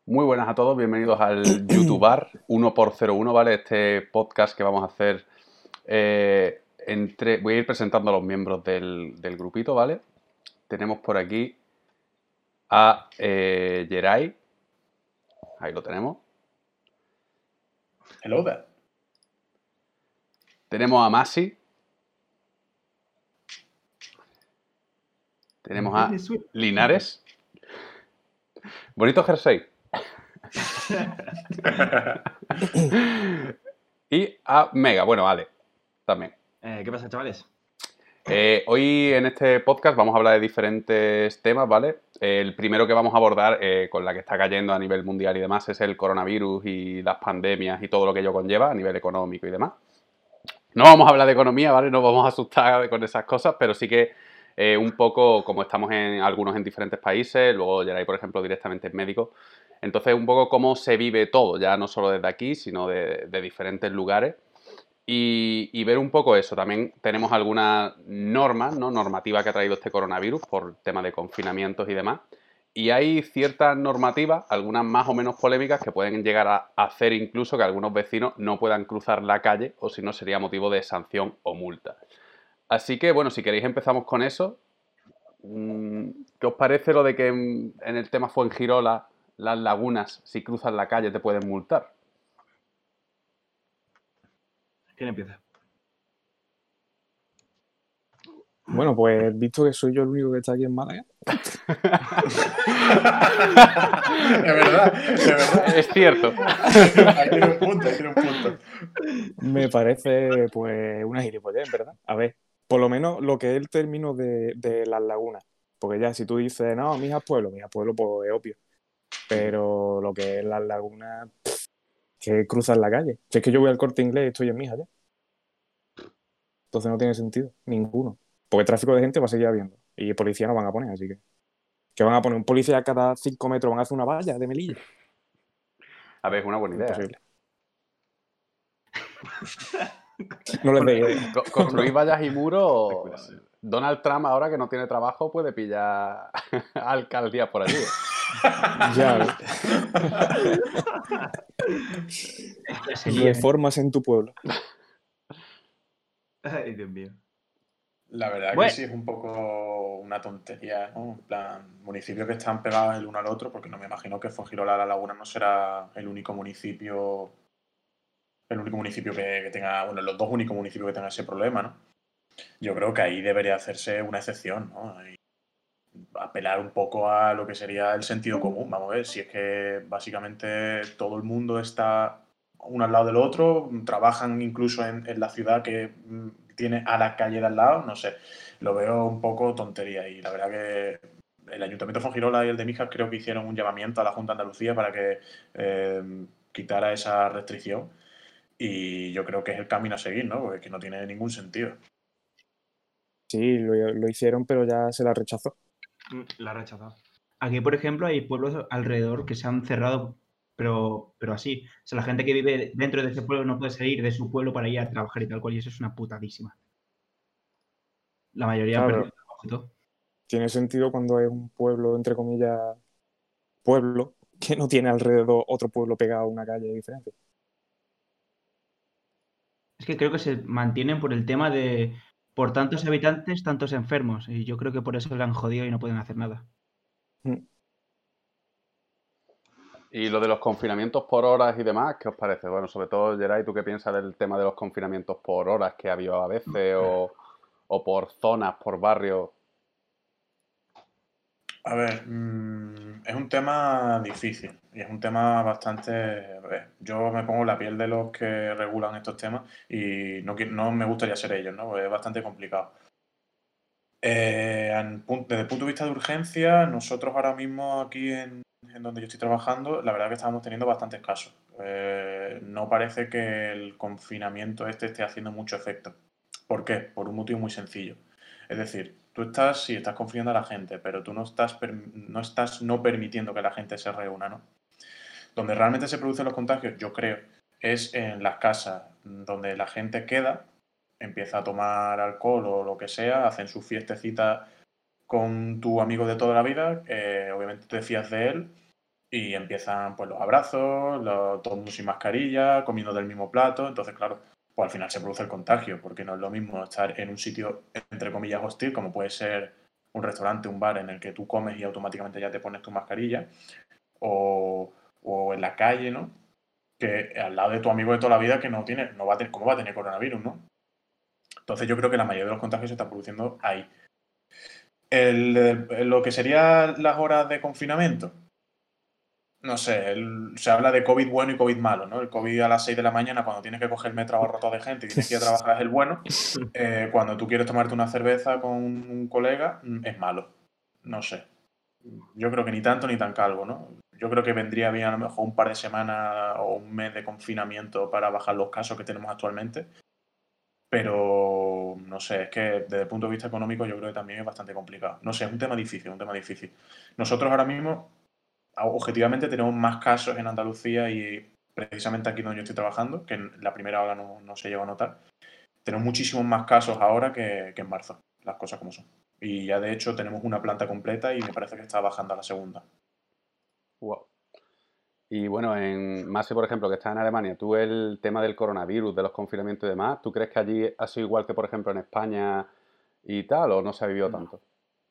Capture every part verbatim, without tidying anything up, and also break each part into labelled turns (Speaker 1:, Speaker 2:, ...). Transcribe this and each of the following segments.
Speaker 1: Muy buenas a todos, bienvenidos al YouTubar uno por cero uno, ¿vale? Este podcast que vamos a hacer eh, entre... Voy a ir presentando a los miembros del, del grupito, ¿vale? Tenemos por aquí a eh, Geray. Ahí lo tenemos.
Speaker 2: Hello there.
Speaker 1: Tenemos a Masi. Tenemos a Linares. Bonito jersey. Y a Mega, bueno, vale, también.
Speaker 3: Eh, ¿Qué pasa, chavales?
Speaker 1: Eh, hoy en este podcast vamos a hablar de diferentes temas, ¿vale? El primero que vamos a abordar, eh, con la que está cayendo a nivel mundial y demás, es el coronavirus y las pandemias y todo lo que ello conlleva a nivel económico y demás. No vamos a hablar de economía, ¿vale? No vamos a asustar con esas cosas, pero sí que eh, un poco, como estamos en algunos en diferentes países, luego Geray, por ejemplo, directamente es médico, entonces un poco cómo se vive todo, ya no solo desde aquí, sino de, de diferentes lugares. Y, y ver un poco eso. También tenemos algunas normas, ¿no? Normativa que ha traído este coronavirus por tema de confinamientos y demás. Y hay ciertas normativas, algunas más o menos polémicas, que pueden llegar a hacer incluso que algunos vecinos no puedan cruzar la calle o si no sería motivo de sanción o multa. Así que, bueno, si queréis empezamos con eso. ¿Qué os parece lo de que en, en el tema Fuengirola, las lagunas, si cruzas la calle te pueden multar?
Speaker 3: ¿Quién empieza?
Speaker 4: Bueno, pues visto que soy yo el único que está aquí en Málaga.
Speaker 2: Es verdad, es verdad.
Speaker 1: Es cierto.
Speaker 2: Ahí tiene un punto, ahí tiene un punto.
Speaker 4: Me parece, pues, una gilipollez, ¿verdad? A ver, por lo menos lo que es el término de, de las lagunas. Porque ya, si tú dices, no, Mijas Pueblo, Mijas Pueblo, pues es obvio. Pero lo que es las lagunas, pff, que cruzas la calle. Si es que yo voy al Corte Inglés y estoy en Mijas ya. Entonces no tiene sentido, ninguno. Porque tráfico de gente va a seguir habiendo. Y policía no van a poner, así que... ¿Qué van a poner? ¿Un policía cada cinco metros van a hacer una valla de Melilla?
Speaker 1: A ver, es una buena idea.
Speaker 4: Imposible. No les veis idea.
Speaker 1: Co- Construir vallas y muros. Donald Trump, ahora que no tiene trabajo, puede pillar alcaldía por allí.
Speaker 4: Ya, ¿ves?
Speaker 3: Sería-
Speaker 4: Reformas en tu pueblo.
Speaker 3: Ay, Dios mío.
Speaker 2: La verdad
Speaker 3: Bueno.
Speaker 2: que sí es un poco una tontería, ¿no? En plan, municipios que están pegados el uno al otro, porque no me imagino que Fuengirola La Laguna no será el único municipio, el único municipio que, que tenga, bueno, los dos únicos municipios que tengan ese problema, ¿no? Yo creo que ahí debería hacerse una excepción, ¿no? Y apelar un poco a lo que sería el sentido común. Vamos a ver, si es que básicamente todo el mundo está uno al lado del otro, trabajan incluso en, en la ciudad que mm, tiene a la calle de al lado, no sé, lo veo un poco tontería y la verdad que el Ayuntamiento de Fuengirola y el de Mijas creo que hicieron un llamamiento a la Junta de Andalucía para que eh, quitara esa restricción y yo creo que es el camino a seguir, ¿no? Porque es que no tiene ningún sentido.
Speaker 4: Sí, lo, lo hicieron, pero ya se la rechazó.
Speaker 3: Mm, La ha rechazado. Aquí, por ejemplo, hay pueblos alrededor que se han cerrado, pero, pero así. O sea, la gente que vive dentro de ese pueblo no puede salir de su pueblo para ir a trabajar y tal cual, y eso es una putadísima. La mayoría han
Speaker 4: Claro.
Speaker 3: perdido el trabajo y todo.
Speaker 4: Tiene sentido cuando es un pueblo, entre comillas, pueblo, que no tiene alrededor otro pueblo pegado a una calle diferente.
Speaker 3: Es que creo que se mantienen por el tema de por tantos habitantes, tantos enfermos. Y yo creo que por eso le han jodido y no pueden hacer nada.
Speaker 4: Mm.
Speaker 1: Y lo de los confinamientos por horas y demás, ¿qué os parece? Bueno, sobre todo, Geray, ¿tú qué piensas del tema de los confinamientos por horas que ha habido a veces o, o por zonas, por barrios?
Speaker 2: A ver, mmm, es un tema difícil y es un tema bastante... a ver, yo me pongo en la piel de los que regulan estos temas y no, qui- no me gustaría ser ellos, ¿no? Porque es bastante complicado. Eh, en pun- desde el punto de vista de urgencia, nosotros ahora mismo aquí en, en donde yo estoy trabajando, la verdad que estamos teniendo bastantes casos. Eh, no parece que el confinamiento este esté haciendo mucho efecto. ¿Por qué? Por un motivo muy sencillo. Es decir, tú estás, sí, estás confinando a la gente, pero tú no estás, per- no estás no permitiendo que la gente se reúna, ¿no? Donde realmente se producen los contagios, yo creo, es en las casas donde la gente queda, empieza a tomar alcohol o lo que sea, hacen sus fiestecitas con tu amigo de toda la vida, eh, obviamente te fías de él y empiezan pues los abrazos, lo- todo el mundo sin mascarilla, comiendo del mismo plato. Entonces, claro, pues al final se produce el contagio, porque no es lo mismo estar en un sitio, entre comillas, hostil, como puede ser un restaurante, un bar en el que tú comes y automáticamente ya te pones tu mascarilla, o, o en la calle, ¿no? Que al lado de tu amigo de toda la vida que no tiene, no va a tener, ¿cómo va a tener coronavirus, no? Entonces yo creo que la mayoría de los contagios se están produciendo ahí. El, el- lo que serían las horas de confinamiento, no sé, el- se habla de COVID bueno y COVID malo, ¿no? El COVID a las seis de la mañana, cuando tienes que coger el metro abarrotado de gente y tienes que ir a trabajar, es el bueno. Eh, cuando tú quieres tomarte una cerveza con un colega, mm, es malo. No sé. Yo creo que ni tanto ni tan calvo, ¿no? Yo creo que vendría bien a lo mejor un par de semanas o un mes de confinamiento para bajar los casos que tenemos actualmente. Pero no sé, es que desde el punto de vista económico yo creo que también es bastante complicado. No sé, es un tema difícil, un tema difícil. Nosotros ahora mismo, objetivamente, tenemos más casos en Andalucía y precisamente aquí donde yo estoy trabajando, que en la primera ola no, no se llegó a notar. Tenemos muchísimos más casos ahora que, que en marzo, las cosas como son. Y ya de hecho tenemos una planta completa y me parece que está bajando a la segunda.
Speaker 1: Wow. Y bueno, en Masi, por ejemplo, que está en Alemania, tú el tema del coronavirus, de los confinamientos y demás, ¿tú crees que allí ha sido igual que, por ejemplo, en España y tal, o no se ha vivido
Speaker 3: No.
Speaker 1: tanto?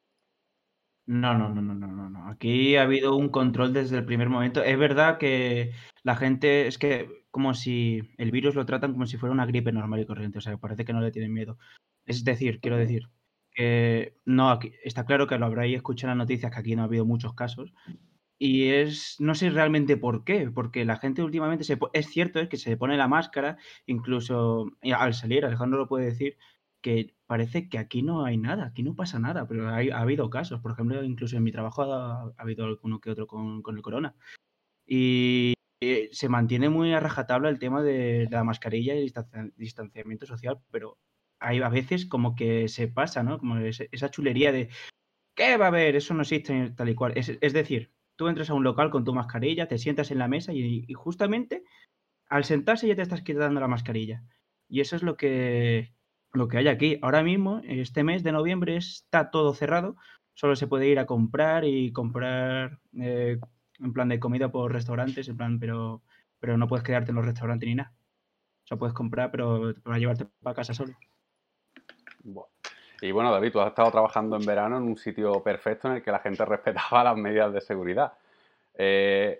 Speaker 3: No, no, no, no, no, no, no. Aquí ha habido un control desde el primer momento. Es verdad que la gente es que como si el virus lo tratan como si fuera una gripe normal y corriente, o sea, parece que no le tienen miedo. Es decir, quiero decir que no, aquí está claro que lo habréis escuchado en las noticias que aquí no ha habido muchos casos y es no sé realmente por qué, porque la gente últimamente se po es cierto, es que se pone la máscara, incluso y al salir, Alejandro lo puede decir, que parece que aquí no hay nada, aquí no pasa nada, pero hay ha habido casos. Por ejemplo, incluso en mi trabajo ha ha habido alguno que otro con con el corona. Y, eh, se mantiene muy a rajatabla el tema de la mascarilla y distancia distanciamiento social, pero hay a veces como que se pasa, ¿no? Como ese esa chulería de: ¿qué va a haber? Eso no existe tal y cual. Es, es decir, tú entras a un local con tu mascarilla, te sientas en la mesa y, y justamente al sentarse ya te estás quitando la mascarilla. Y eso es lo que, lo que hay aquí. Ahora mismo, este mes de noviembre, está todo cerrado. Solo se puede ir a comprar y comprar eh, en plan de comida por restaurantes, en plan, pero, pero no puedes quedarte en los restaurantes ni nada. O sea, puedes comprar, pero para llevarte para casa solo.
Speaker 1: Buah. Y bueno, David, tú has estado trabajando en verano en un sitio perfecto en el que la gente respetaba las medidas de seguridad. Eh,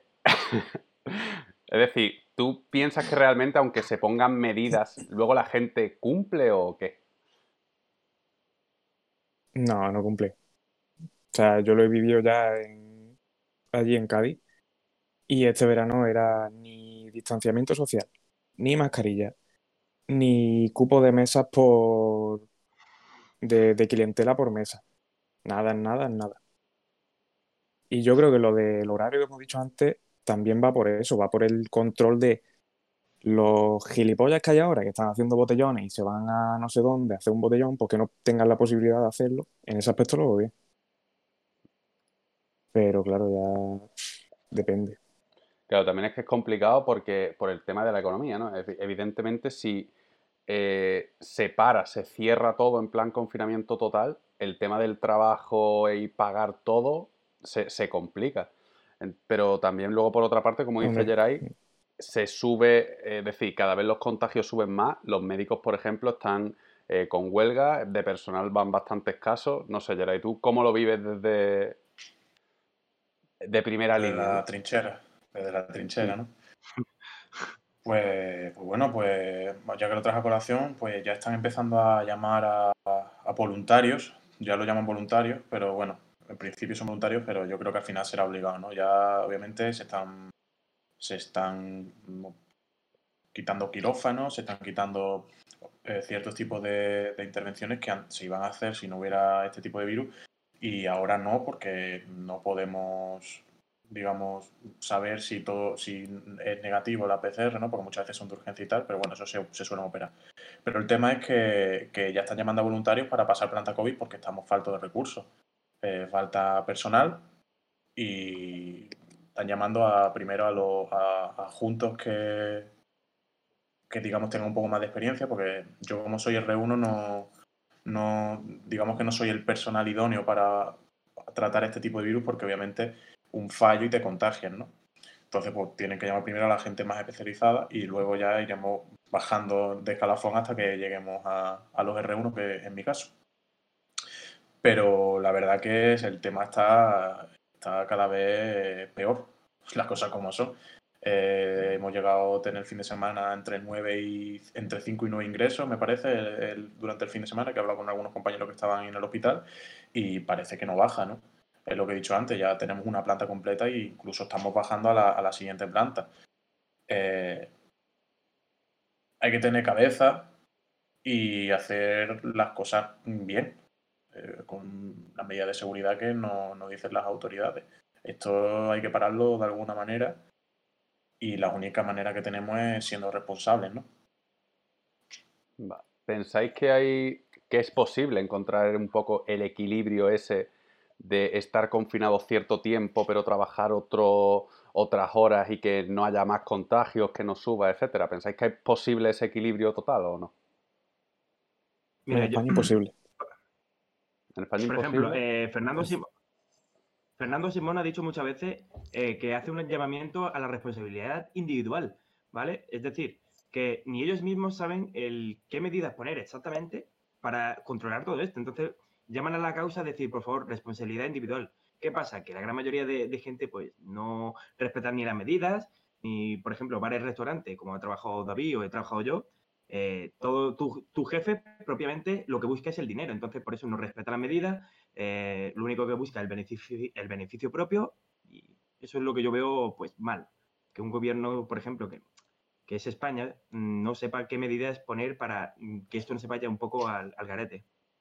Speaker 1: Es decir, ¿tú piensas que realmente, aunque se pongan medidas, luego la gente cumple o qué?
Speaker 4: No, no cumple. O sea, yo lo he vivido ya en- allí en Cádiz y este verano era ni distanciamiento social, ni mascarilla, ni cupo de mesas por de, de clientela por mesa. Nada, nada, nada. Y yo creo que lo del horario que hemos dicho antes también va por eso, va por el control de los gilipollas que hay ahora que están haciendo botellones y se van a no sé dónde a hacer un botellón porque no tengan la posibilidad de hacerlo. En ese aspecto lo veo bien. Pero claro, ya depende.
Speaker 1: Claro, también es que es complicado porque por el tema de la economía, ¿no? Evi- Evidentemente, si eh, se para, se cierra todo en plan confinamiento total, el tema del trabajo y pagar todo se, se complica. En- Pero también luego, por otra parte, como dice
Speaker 4: Hombre,
Speaker 1: Geray, se sube, eh, es decir, cada vez los contagios suben más. Los médicos, por ejemplo, están eh, con huelga, de personal van bastante escasos. No sé, Geray, ¿tú cómo lo vives desde de primera
Speaker 2: Desde
Speaker 1: línea,
Speaker 2: la
Speaker 1: ¿no?
Speaker 2: trinchera, desde la
Speaker 1: Mm.
Speaker 2: trinchera, ¿no? Pues, pues bueno, pues ya que lo traje a colación, pues ya están empezando a llamar a, a voluntarios, ya lo llaman voluntarios, pero bueno, en principio son voluntarios, pero yo creo que al final será obligado, ¿no? Ya obviamente se están, se están mm, quitando quirófanos, se están quitando eh, ciertos tipos de, de intervenciones que an- se iban a hacer si no hubiera este tipo de virus y ahora no, porque no podemos, digamos, saber si todo, si es negativo la P C R, ¿no? Porque muchas veces son de urgencia y tal, pero bueno, eso se, se suelen operar. Pero el tema es que, que ya están llamando a voluntarios para pasar planta COVID porque estamos faltos de recursos. Eh, falta personal y están llamando a primero a los a, a juntos que, que digamos tengan un poco más de experiencia, porque yo como soy R uno no, no digamos que no soy el personal idóneo para tratar este tipo de virus, porque obviamente un fallo y te contagias, ¿no? Entonces, pues tienen que llamar primero a la gente más especializada y luego ya iremos bajando de escalafón hasta que lleguemos a, a los erre uno, que es mi caso. Pero la verdad que es, el tema está, está cada vez peor, las cosas como son. Eh, hemos llegado a tener el fin de semana entre nueve y entre cinco y nueve ingresos, me parece, el, el, durante el fin de semana, que he hablado con algunos compañeros que estaban en el hospital, y parece que no baja, ¿no? Es lo que he dicho antes, ya tenemos una planta completa e incluso estamos bajando a la, a la siguiente planta. Eh, hay que tener cabeza y hacer las cosas bien, eh, con las medidas de seguridad que nos no dicen las autoridades. Esto hay que pararlo de alguna manera y la única manera que tenemos es siendo responsables, ¿no?
Speaker 1: ¿Pensáis que hay que es posible encontrar un poco el equilibrio ese de estar confinado cierto tiempo pero trabajar otro, otras horas y que no haya más contagios, que no suba, etcétera? ¿Pensáis que es posible ese equilibrio total o no?
Speaker 3: Mira,
Speaker 4: en España
Speaker 3: yo,
Speaker 4: imposible.
Speaker 1: En España
Speaker 3: por
Speaker 1: imposible.
Speaker 3: ejemplo, eh, Fernando, Sim- Fernando Simón ha dicho muchas veces eh, que hace un llamamiento a la responsabilidad individual, ¿vale? Es decir, que ni ellos mismos saben el qué medidas poner exactamente para controlar todo esto. Entonces, llaman a la causa a decir, por favor, responsabilidad individual. ¿Qué pasa? Que la gran mayoría de, de gente pues no respetan ni las medidas, ni, por ejemplo, bares, restaurantes, como ha trabajado David o he trabajado yo, eh, todo tu, tu jefe propiamente lo que busca es el dinero. Entonces, por eso no respeta las medidas. Eh, lo único que busca es el beneficio, el beneficio propio, y eso es lo que yo veo pues mal. Que un gobierno, por ejemplo, que, que es España, no sepa qué medidas poner para que esto no se vaya un poco al, al garete.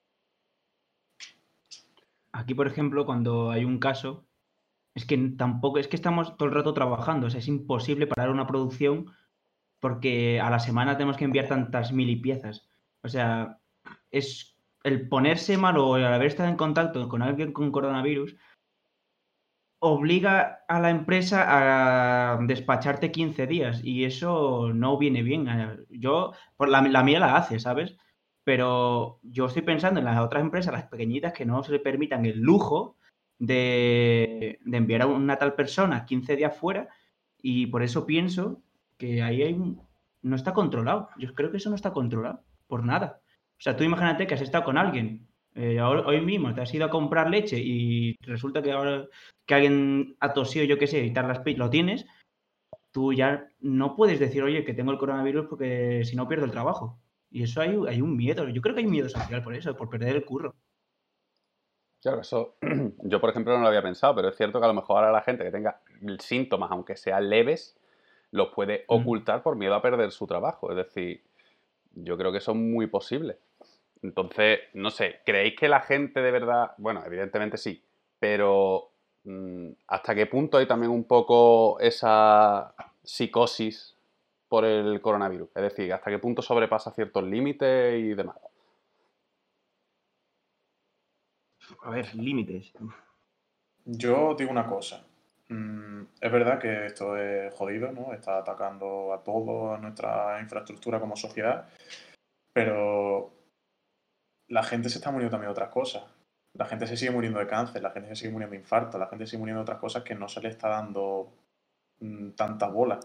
Speaker 3: Aquí, por ejemplo, cuando hay un caso, es que tampoco, es que estamos todo el rato trabajando, o sea, es imposible parar una producción porque a la semana tenemos que enviar tantas mil y piezas. O sea, es el ponerse mal o el haber estado en contacto con alguien con coronavirus obliga a la empresa a despacharte quince días y eso no viene bien. Yo, por la, la mía la hace, ¿sabes? Pero yo estoy pensando en las otras empresas, las pequeñitas, que no se le permitan el lujo de, de enviar a una tal persona quince días fuera, y por eso pienso que ahí hay un, no está controlado. Yo creo que eso no está controlado por nada. O sea, tú imagínate que has estado con alguien, eh, hoy, hoy mismo te has ido a comprar leche y resulta que ahora que alguien ha tosido, yo qué sé, y te las pi- lo tienes, tú ya no puedes decir, oye, que tengo el coronavirus porque si no pierdo el trabajo. Y eso hay, hay un miedo. Yo creo que hay un miedo social por eso, por perder el curro.
Speaker 1: Claro, eso yo, por ejemplo, no lo había pensado, pero es cierto que a lo mejor ahora la gente que tenga síntomas, aunque sean leves, los puede ocultar por miedo a perder su trabajo. Es decir, yo creo que eso es muy posible. Entonces, no sé, ¿creéis que la gente de verdad, bueno, evidentemente sí, pero mmm, ¿hasta qué punto hay también un poco esa psicosis por el coronavirus? Es decir, ¿hasta qué punto sobrepasa ciertos límites y demás?
Speaker 3: A ver, límites.
Speaker 2: Yo digo una cosa. Mm, es verdad que esto es jodido, ¿no? Está atacando a todo, a nuestra infraestructura como sociedad, pero la gente se está muriendo también de otras cosas. La gente se sigue muriendo de cáncer, la gente se sigue muriendo de infarto, la gente se sigue muriendo de otras cosas que no se le está dando mm, tanta bola.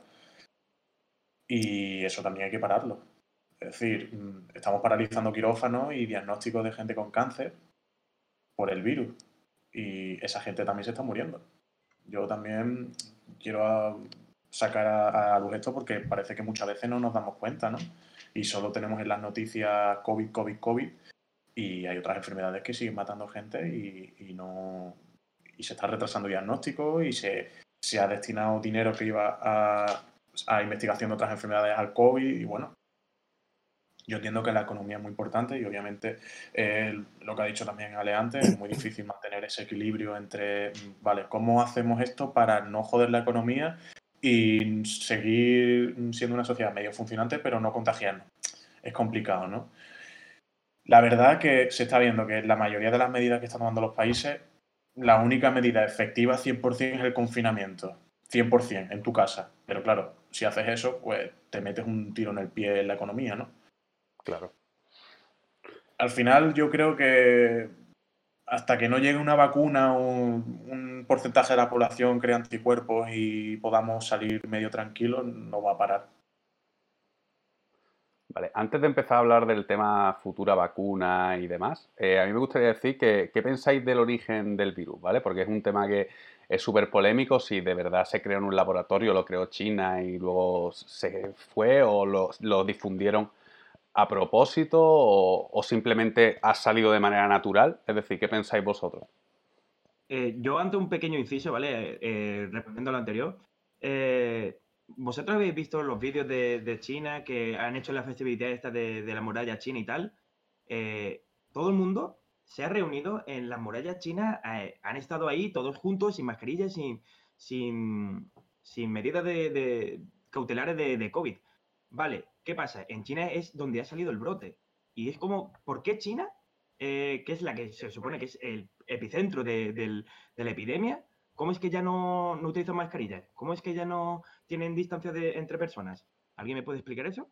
Speaker 2: Y eso también hay que pararlo. Es decir, mm, estamos paralizando quirófanos y diagnósticos de gente con cáncer por el virus. Y esa gente también se está muriendo. Yo también quiero a- sacar a, a luz esto porque parece que muchas veces no nos damos cuenta, ¿no? Y solo tenemos en las noticias COVID, COVID, COVID, y hay otras enfermedades que siguen matando gente y, y no y se está retrasando diagnóstico y se, se ha destinado dinero que iba a, a investigación de otras enfermedades al COVID y bueno, yo entiendo que la economía es muy importante y obviamente eh, lo que ha dicho también Ale antes, es muy difícil mantener ese equilibrio entre, vale, ¿cómo hacemos esto para no joder la economía y seguir siendo una sociedad medio funcionante pero no contagiarnos? Es complicado, ¿no? La verdad que se está viendo que la mayoría de las medidas que están tomando los países, la única medida efectiva cien por ciento es el confinamiento, cien por ciento en tu casa. Pero claro, si haces eso, pues te metes un tiro en el pie en la economía, ¿no?
Speaker 1: Claro.
Speaker 2: Al final yo creo que hasta que no llegue una vacuna o un, un porcentaje de la población cree anticuerpos y podamos salir medio tranquilos, no va a parar.
Speaker 1: Vale, antes de empezar a hablar del tema futura vacuna y demás, eh, a mí me gustaría decir que, ¿qué pensáis del origen del virus? ¿Vale? Porque es un tema que es súper polémico, si de verdad se creó en un laboratorio, lo creó China y luego se fue o lo, lo difundieron a propósito o, o simplemente ha salido de manera natural. Es decir, ¿qué pensáis vosotros?
Speaker 3: Eh, yo, ante un pequeño inciso, ¿vale? Eh, respondiendo a lo anterior, eh, ¿vosotros habéis visto los vídeos de, de China que han hecho la festividad esta de, de la muralla china y tal? Eh, todo el mundo se ha reunido en las murallas chinas, eh, han estado ahí todos juntos, sin mascarillas, sin, sin, sin medidas de, de cautelares de, de COVID. Vale, ¿qué pasa? En China es donde ha salido el brote. Y es como, ¿por qué China, eh, que es la que se supone que es el epicentro de, del- de la epidemia, cómo es que ya no, no utilizan mascarillas? ¿Cómo es que ya no tienen distancia de, entre personas? ¿Alguien me puede explicar eso?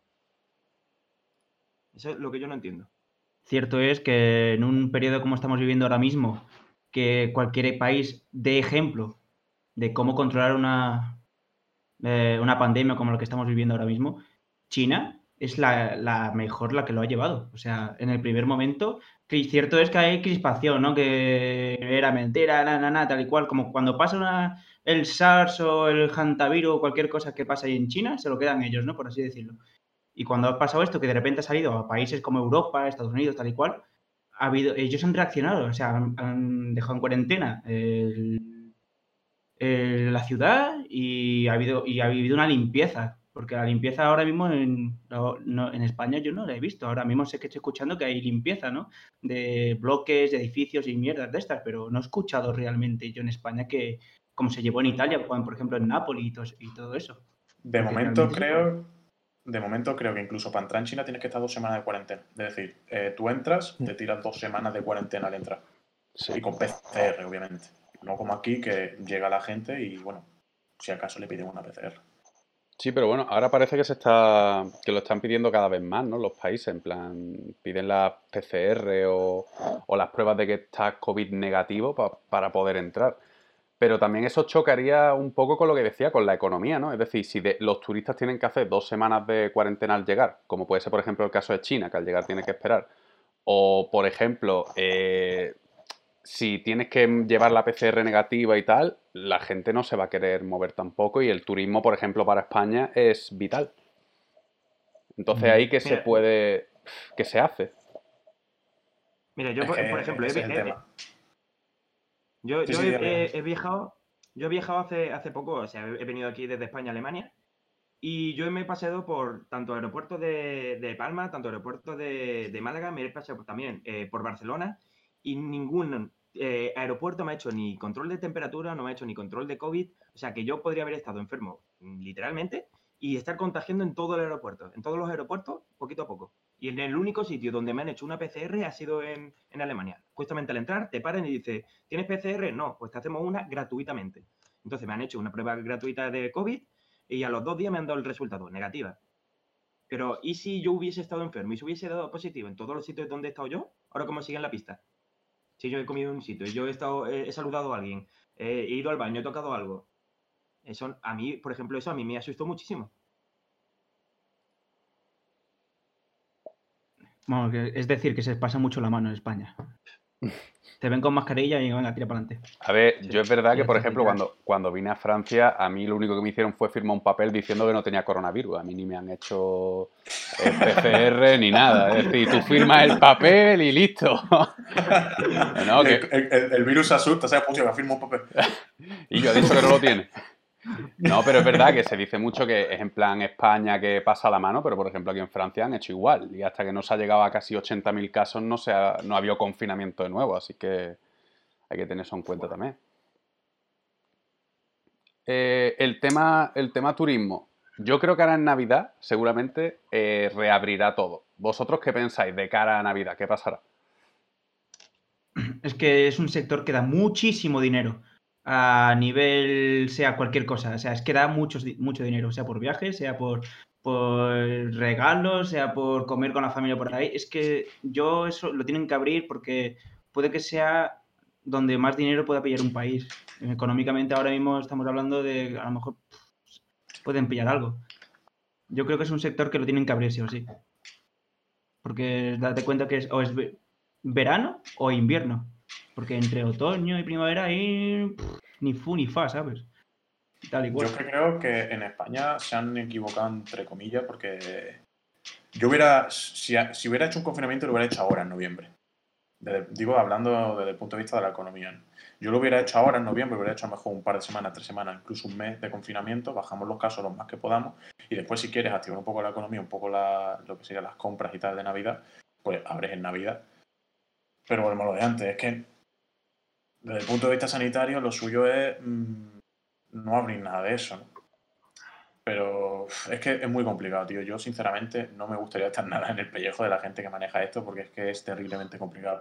Speaker 3: Eso es lo que yo no entiendo.
Speaker 5: Cierto es que en un periodo como estamos viviendo ahora mismo, que cualquier país dé ejemplo de cómo controlar una, eh, una pandemia como la que estamos viviendo ahora mismo, China es la, la mejor la que lo ha llevado. O sea, en el primer momento, que cierto es que hay crispación, ¿no? Que era mentira, na, na, na, tal y cual, como cuando pasa una- el SARS o el hantavirus o cualquier cosa que pasa ahí en China, se lo quedan ellos, ¿no? Por así decirlo. Y cuando ha pasado esto, que de repente ha salido a países como Europa, Estados Unidos, tal y cual, ha habido, ellos han reaccionado, o sea, han, han dejado en cuarentena el- el- la ciudad y ha habido, y ha habido una limpieza, porque la limpieza ahora mismo en, no- no- en España yo no la he visto. Ahora mismo sé que estoy escuchando que hay limpieza, ¿no? De bloques, de edificios y mierdas de estas, pero no he escuchado realmente yo en España que, como se llevó en Italia, cuando, por ejemplo, en Nápoles y todo, y todo eso.
Speaker 2: De
Speaker 5: Porque
Speaker 2: momento
Speaker 5: realmente se puede.
Speaker 2: creo, de momento creo que incluso para entrar en China tienes que estar dos semanas de cuarentena. Es decir, eh, tú entras, te tiras dos semanas de cuarentena al entrar.
Speaker 1: Sí.
Speaker 2: Y con P C R, obviamente. No como aquí, que llega la gente y, bueno, si acaso le piden una P C R.
Speaker 1: Sí, pero bueno, ahora parece que se está, que lo están pidiendo cada vez más, ¿no? Los países, en plan, piden las P C R o, o las pruebas de que estás COVID negativo pa- para poder entrar. Pero también eso chocaría un poco con lo que decía, con la economía, ¿no? Es decir, si de- los turistas tienen que hacer dos semanas de cuarentena al llegar, como puede ser, por ejemplo, el caso de China, que al llegar tiene que esperar, o, por ejemplo, eh, si tienes que llevar la P C R negativa y tal, la gente no se va a querer mover tampoco y el turismo, por ejemplo, para España es vital. Entonces ahí que se
Speaker 3: Mira,
Speaker 1: puede, ¿qué se hace?
Speaker 3: mira, yo,
Speaker 2: Es
Speaker 3: por,
Speaker 2: que
Speaker 3: por ejemplo, he,
Speaker 2: ese
Speaker 3: vi-
Speaker 2: es el
Speaker 3: he-
Speaker 2: tema.
Speaker 3: yo,
Speaker 2: Sí,
Speaker 3: yo
Speaker 2: sí,
Speaker 3: he,
Speaker 2: dígame, dígame.
Speaker 3: he- he viajado, yo he viajado hace, hace poco, o sea, he he venido aquí desde España a Alemania. Y yo me he paseado por tanto aeropuertos de, de Palma, tanto aeropuertos de, de Málaga, me he paseado también eh, por Barcelona y ningún eh, aeropuerto me ha hecho ni control de temperatura, no me ha hecho ni control de COVID. O sea que yo podría haber estado enfermo, mm, literalmente, y estar contagiando en todo el aeropuerto, en todos los aeropuertos, poquito a poco. Y en el único sitio donde me han hecho una P C R ha sido en, en Alemania. Justamente al entrar te paran y dicen, ¿tienes P C R? No, pues te hacemos una gratuitamente. Entonces me han hecho una prueba gratuita de COVID y a los dos días me han dado el resultado, negativa. Pero, ¿y si yo hubiese estado enfermo y si hubiese dado positivo en todos los sitios donde he estado yo? Ahora, ¿cómo sigue en la pista? Si yo he comido en un sitio y yo he, estado, he, he saludado a alguien, eh, he ido al baño, he tocado algo. Eso, a mí, por ejemplo, eso a mí me asustó muchísimo.
Speaker 5: Bueno, que- es decir, que se pasa mucho la mano en España. Te ven con mascarilla y venga, tira para adelante.
Speaker 1: A ver,
Speaker 3: Sí,
Speaker 1: yo es verdad
Speaker 5: ya
Speaker 1: que, por
Speaker 5: está,
Speaker 1: ejemplo,
Speaker 5: literal.
Speaker 1: cuando, cuando vine a Francia, a mí lo único que me hicieron fue firmar un papel diciendo que no tenía coronavirus. A mí ni me han hecho eh, P C R ni nada. Es decir, tú firmas el papel y listo. No,
Speaker 2: Y
Speaker 1: que-
Speaker 2: el, el- el virus se asusta, ¿sabes? Pues yo firmo un papel.
Speaker 1: y yo he dicho que no lo tiene. No, pero es verdad que se dice mucho que es en plan España que pasa la mano, pero por ejemplo aquí en Francia han hecho igual. Y hasta que no se ha llegado a casi ochenta mil casos no, se ha, no ha habido confinamiento de nuevo. Así que hay que tener eso en cuenta también. Eh, el tema, el tema turismo. Yo creo que ahora en Navidad seguramente eh, reabrirá todo. ¿Vosotros qué pensáis de cara a Navidad? ¿Qué pasará?
Speaker 5: Es que es un sector que da muchísimo dinero a nivel, sea cualquier cosa. O sea, es que da muchos, di- mucho dinero, sea por viajes, sea por, por regalos, sea por comer con la familia por ahí. Es que yo eso lo tienen que abrir porque puede que sea donde más dinero pueda pillar un país. Económicamente ahora mismo estamos hablando de que a lo mejor pff, pueden pillar algo. Yo creo que es un sector que lo tienen que abrir sí o sí. Porque date cuenta que es, o es ve- verano o invierno. Porque entre otoño y primavera ahí pff, ni fu ni fa, ¿sabes? Y tal y
Speaker 2: Yo
Speaker 5: cual.
Speaker 2: es que creo que en España se han equivocado entre comillas porque yo hubiera, si, si hubiera hecho un confinamiento lo hubiera hecho ahora en noviembre. Desde- digo, hablando desde el punto de vista de la economía, ¿no? Yo lo hubiera hecho ahora en noviembre, lo hubiera hecho a lo mejor un par de semanas, tres semanas, incluso un mes de confinamiento, bajamos los casos lo más que podamos y después si quieres activar un poco la economía, un poco la, lo que serían las compras y tal de Navidad, pues abres en Navidad. Pero volvemos a lo de antes, es que desde el punto de vista sanitario lo suyo es mmm, no abrir nada de eso, ¿no? Pero uf, es que es muy complicado, tío. Yo, sinceramente, no me gustaría estar nada en el pellejo de la gente que maneja esto porque es que es terriblemente complicado.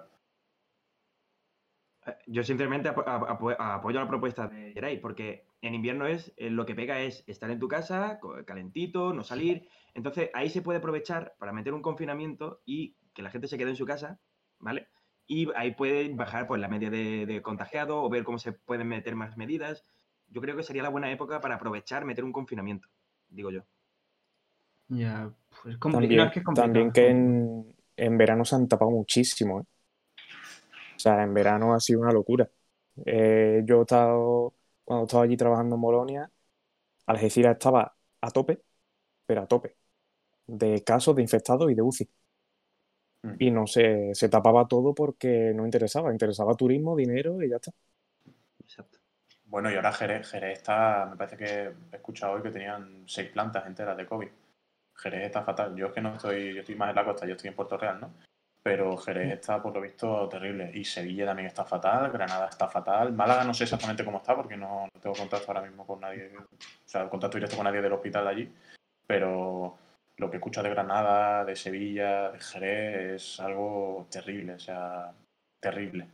Speaker 6: Eh, Yo sinceramente apo- a- apo- apoyo la propuesta de Geray, porque en invierno es eh, lo que pega es estar en tu casa, co- calentito, no salir. Entonces ahí se puede aprovechar para meter un confinamiento y que la gente se quede en su casa, ¿vale? Y ahí pueden bajar pues la media de, de contagiados o ver cómo se pueden meter más medidas. Yo creo que sería la buena época para aprovechar meter un confinamiento, digo yo.
Speaker 5: Ya, pues compli- no,
Speaker 4: También,
Speaker 5: es que es complicado.
Speaker 4: también
Speaker 5: es
Speaker 4: que
Speaker 5: complicado.
Speaker 4: en, en verano se han tapado muchísimo, ¿eh? O sea, en verano ha sido una locura. Eh, yo he estado, cuando estaba allí trabajando en Bolonia, Algeciras estaba a tope, pero a tope, de casos de infectados y de U C I.
Speaker 2: Mm.
Speaker 4: Y no se, se tapaba todo porque no interesaba, interesaba turismo, dinero y ya está.
Speaker 6: Exacto.
Speaker 2: Bueno, y ahora Jerez, Jerez está, me parece que he escuchado hoy que tenían seis plantas enteras de COVID. Jerez está fatal. Yo es que no estoy, yo estoy más en la costa, yo estoy en Puerto Real, ¿no? Pero Jerez está, por lo visto, terrible. Y Sevilla también está fatal, Granada está fatal. Málaga no sé exactamente cómo está porque no, no tengo contacto ahora mismo con nadie, o sea, contacto directo con nadie del hospital de allí. Pero lo que escucho de Granada, de Sevilla, de Jerez es algo terrible, o sea, terrible.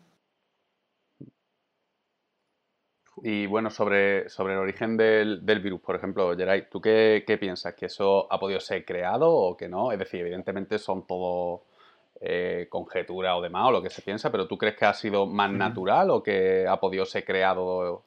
Speaker 1: Y bueno, sobre, sobre el origen del, del virus, por ejemplo, Geray, ¿tú qué, qué piensas? ¿Que eso ha podido ser creado o que no? Es decir, evidentemente son todo eh, conjeturas o demás, o lo que se piensa, pero ¿tú crees que ha sido más natural o que ha podido ser creado?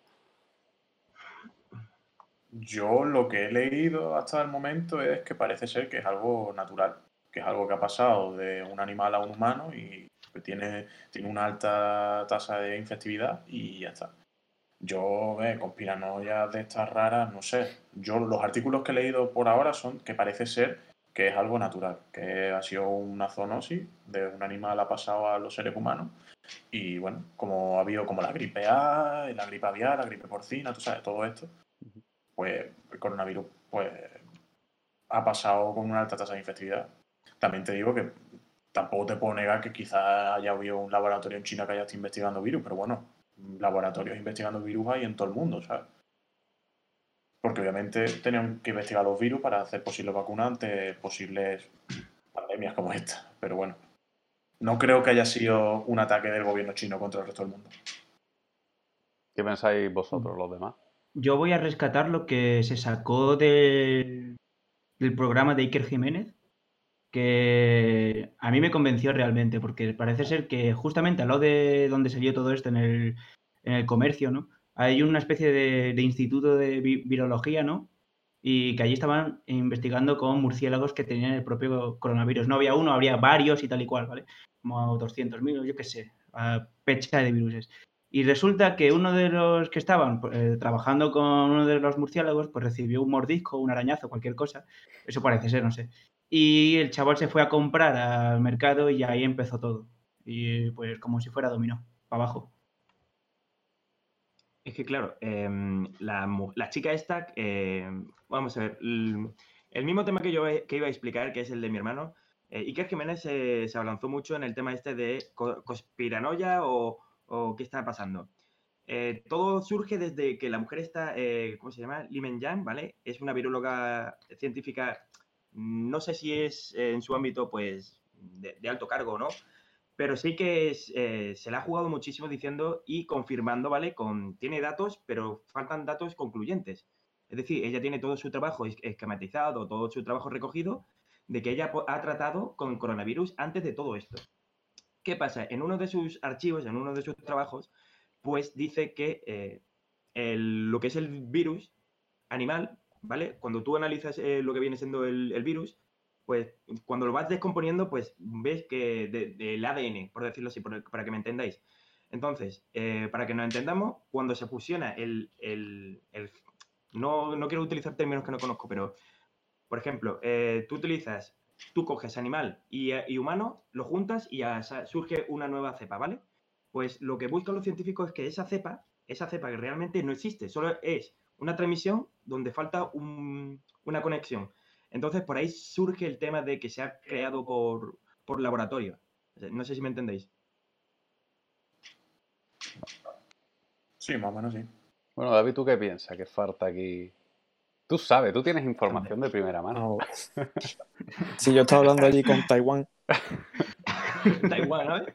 Speaker 2: Yo lo que he leído hasta el momento es que parece ser que es algo natural, que es algo que ha pasado de un animal a un humano y que tiene, tiene una alta tasa de infectividad y ya está. Yo, eh, conspiranoias de estas raras, no sé. Yo los artículos que he leído por ahora son que parece ser que es algo natural, que ha sido una zoonosis de un animal ha pasado a los seres humanos y bueno, como ha habido como la gripe A, la gripe aviar, la gripe porcina, tú sabes, todo esto, pues el coronavirus pues ha pasado con una alta tasa de infectividad. También te digo que tampoco te puedo negar que quizás haya habido un laboratorio en China que haya estado investigando virus, pero bueno, laboratorios investigando virus hay en todo el mundo, ¿sabes? Porque obviamente tenían que investigar los virus para hacer posibles vacunas ante posibles pandemias como esta. Pero bueno, no creo que haya sido un ataque del gobierno chino contra el resto del mundo.
Speaker 1: ¿Qué pensáis vosotros, los demás?
Speaker 5: Yo voy a rescatar lo que se sacó de- del programa de Iker Jiménez, que a mí me convenció realmente, porque parece ser que justamente al lado de donde salió todo esto, en el, en el comercio, ¿no? Hay una especie de, de instituto de vi- virología, ¿no? Y que allí estaban investigando con murciélagos que tenían el propio coronavirus. No había uno, habría varios y tal y cual, ¿vale? Como doscientos mil, yo qué sé, a pecha de viruses. Y resulta que uno de los que estaban eh, trabajando con uno de los murciélagos, pues recibió un mordisco, un arañazo, cualquier cosa. Eso parece ser, no sé. Y el chaval se fue a comprar al mercado y ahí empezó todo. Y pues como si fuera dominó, para abajo.
Speaker 6: Es que claro, em, la, mu- la chica esta, em, vamos a ver, l- el mismo tema que yo he- que iba a explicar, que es el de mi hermano, eh, Iker Jiménez se, se abalanzó mucho en el tema este de co- conspiranoia o, o qué está pasando. Eh, todo surge desde que la mujer está, eh, ¿cómo se llama? Li Mengyan, ¿vale? Es una viróloga científica, no sé si es eh, en su ámbito, pues, de, de alto cargo o no, pero sí que es, eh, se la ha jugado muchísimo diciendo y confirmando, ¿vale? Con, tiene datos, pero faltan datos concluyentes. Es decir, ella tiene todo su trabajo es- esquematizado, todo su trabajo recogido, de que ella po- ha tratado con coronavirus antes de todo esto. ¿Qué pasa? En uno de sus archivos, en uno de sus trabajos, pues dice que eh, el, lo que es el virus animal, ¿vale? Cuando tú analizas eh, lo que viene siendo el, el virus, pues cuando lo vas descomponiendo, pues ves que del de, de A D N, por decirlo así, por, para que me entendáis. Entonces, eh, para que nos entendamos, cuando se fusiona el... el, el no, no quiero utilizar términos que no conozco, pero, por ejemplo, eh, tú utilizas, tú coges animal y, y humano, lo juntas y ya surge una nueva cepa, ¿vale? Pues lo que buscan los científicos es que esa cepa, esa cepa que realmente no existe, solo es una transmisión donde falta un, una conexión. Entonces, por ahí surge el tema de que se ha creado por, por laboratorio. No sé si me entendéis.
Speaker 2: Sí, más o menos sí.
Speaker 1: Bueno, David, ¿tú qué piensas? ¿Qué falta aquí? Tú sabes, tú tienes información de primera mano.
Speaker 4: No. Si yo estaba hablando allí con Taiwán.
Speaker 6: Taiwán, ¿no?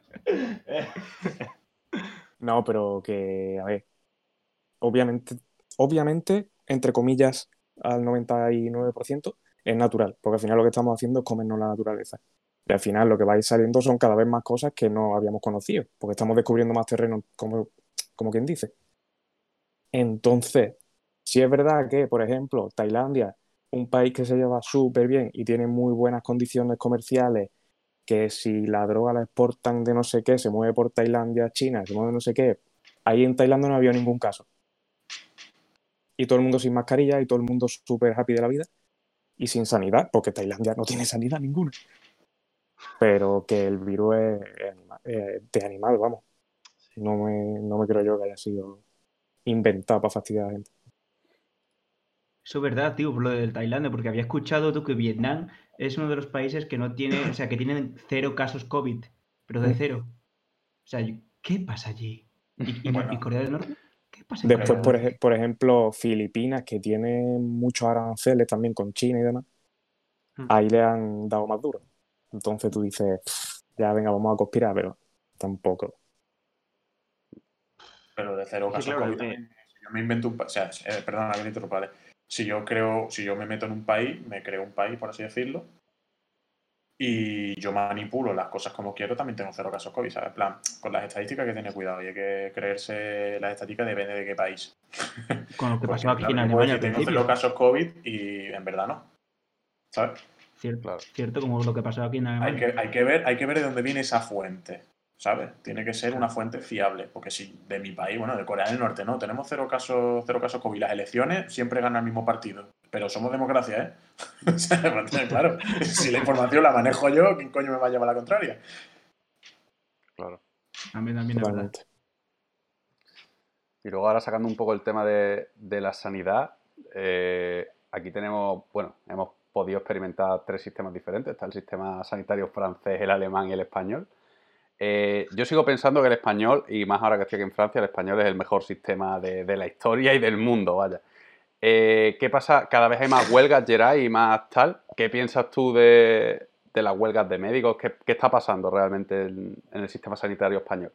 Speaker 4: No, pero que, a ver, obviamente, obviamente, entre comillas, al noventa y nueve por ciento es natural, porque al final lo que estamos haciendo es comernos la naturaleza. Y al final lo que va a ir saliendo son cada vez más cosas que no habíamos conocido, porque estamos descubriendo más terreno, como, como quien dice. Entonces, si es verdad que, por ejemplo, Tailandia, un país que se lleva súper bien y tiene muy buenas condiciones comerciales, que si la droga la exportan de no sé qué, se mueve por Tailandia, China, se mueve no sé qué, ahí en Tailandia no había ningún caso. Y todo el mundo sin mascarilla y todo el mundo súper happy de la vida y sin sanidad, porque Tailandia no tiene sanidad ninguna. Pero que el virus es, es, es de animal, vamos. No me, no me creo yo que haya sido inventado para fastidiar a la gente.
Speaker 5: Eso es verdad, tío, por lo del Tailandia, porque había escuchado tú que Vietnam es uno de los países que no tiene, o sea, que tienen cero casos COVID, pero de cero. O sea, ¿qué pasa allí? ¿Y, y,
Speaker 2: Bueno.
Speaker 5: ¿y Corea del Norte? ¿Qué pasa en
Speaker 4: Después,
Speaker 5: Corea del
Speaker 4: por,
Speaker 5: Norte?
Speaker 4: ej por ejemplo, Filipinas, que tiene muchos aranceles también con China y demás,
Speaker 6: Hmm.
Speaker 4: ahí le han dado más duro. Entonces tú dices, ya venga, vamos a conspirar, pero tampoco.
Speaker 2: Pero de cero
Speaker 6: Sí,
Speaker 2: casos
Speaker 6: claro,
Speaker 2: COVID
Speaker 6: eh,
Speaker 2: también. Si yo me invento un país, o sea, eh, perdona que te interrumpa, ¿vale? Si yo creo, si yo me meto en un país, me creo un país, por así decirlo, y yo manipulo las cosas como quiero, también tengo cero casos COVID, ¿sabes? En plan, con las estadísticas hay que tener cuidado y hay que creerse las estadísticas depende de qué país.
Speaker 5: Con lo que pasó
Speaker 2: Porque,
Speaker 5: aquí
Speaker 2: claro,
Speaker 5: en
Speaker 2: yo puedo
Speaker 5: Alemania
Speaker 2: decir
Speaker 5: al
Speaker 2: tengo
Speaker 5: principio.
Speaker 2: cero casos COVID y en verdad no, ¿sabes?
Speaker 5: Cierto,
Speaker 1: Claro.
Speaker 5: cierto, como lo que pasó aquí en
Speaker 2: Hay
Speaker 5: Alemania.
Speaker 2: que, hay que ver, hay que ver de dónde viene esa fuente, ¿sabes? Tiene que ser una fuente fiable, porque si de mi país, bueno, de Corea del Norte, no, tenemos cero casos, cero casos COVID. Las elecciones siempre gana el mismo partido, pero somos democracia, ¿eh? O sea, claro, si la información la manejo yo, ¿quién coño me va a llevar la contraria?
Speaker 1: Claro.
Speaker 5: También, también es verdad.
Speaker 4: Totalmente.
Speaker 1: Y luego ahora sacando un poco el tema de, de la sanidad, eh, aquí tenemos, bueno, hemos podido experimentar tres sistemas diferentes. Está el sistema sanitario francés, el alemán y el español. Eh, yo sigo pensando que el español, y más ahora que estoy aquí en Francia, el español es el mejor sistema de, de la historia y del mundo, vaya. Eh, ¿Qué pasa? Cada vez hay más huelgas, Geray, y más tal. ¿Qué piensas tú de, de las huelgas de médicos? ¿Qué, qué está pasando realmente en, en el sistema sanitario español?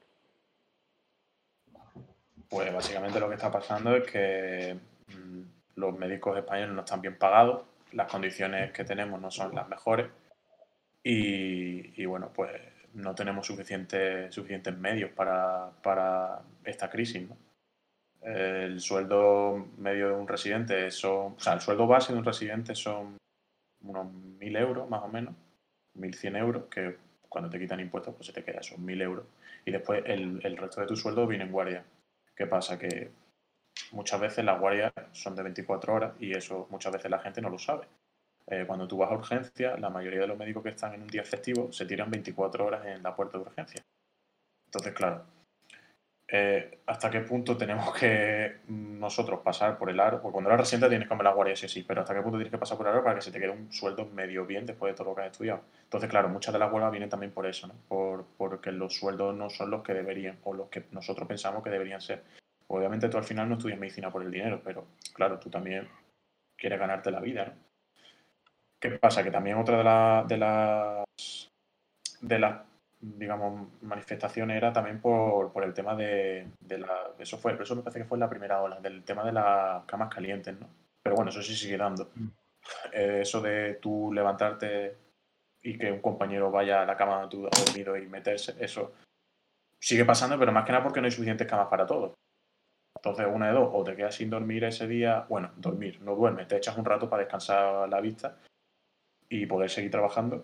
Speaker 2: Pues básicamente lo que está pasando es que mmm, los médicos españoles no están bien pagados, las condiciones que tenemos no son las mejores y, y bueno, pues no tenemos suficientes, suficientes medios para, para esta crisis, ¿no? El sueldo medio de un residente son, o sea, el sueldo base de un residente son unos mil euros más o menos, mil cien euros, que cuando te quitan impuestos pues se te queda esos mil euros y después el, el resto de tu sueldo viene en guardia. ¿Qué pasa? Que muchas veces las guardias son de veinticuatro horas y eso muchas veces la gente no lo sabe. Eh, cuando tú vas a urgencia, la mayoría de los médicos que están en un día festivo se tiran veinticuatro horas en la puerta de urgencia. Entonces, claro, eh, ¿hasta qué punto tenemos que nosotros pasar por el aro? Porque cuando eres residente tienes que comer la guardia, sí, sí, pero ¿hasta qué punto tienes que pasar por el aro para que se te quede un sueldo medio bien después de todo lo que has estudiado? Entonces, claro, muchas de las huelgas vienen también por eso, ¿no? Por, porque los sueldos no son los que deberían o los que nosotros pensamos que deberían ser. Obviamente tú al final no estudias medicina por el dinero, pero claro, tú también quieres ganarte la vida, ¿no? ¿Qué pasa? Que también otra de, la, de las de las digamos manifestaciones era también por, por el tema de, de la eso fue, eso me parece que fue en la primera ola, del tema de las camas calientes, ¿no? Pero bueno, eso sí sigue dando. Eh, eso de tú levantarte y que un compañero vaya a la cama donde tú has dormido y meterse, eso sigue pasando, pero más que nada porque no hay suficientes camas para todos. Entonces, una de dos, o te quedas sin dormir ese día, bueno, dormir, no duermes, te echas un rato para descansar la vista y poder seguir trabajando.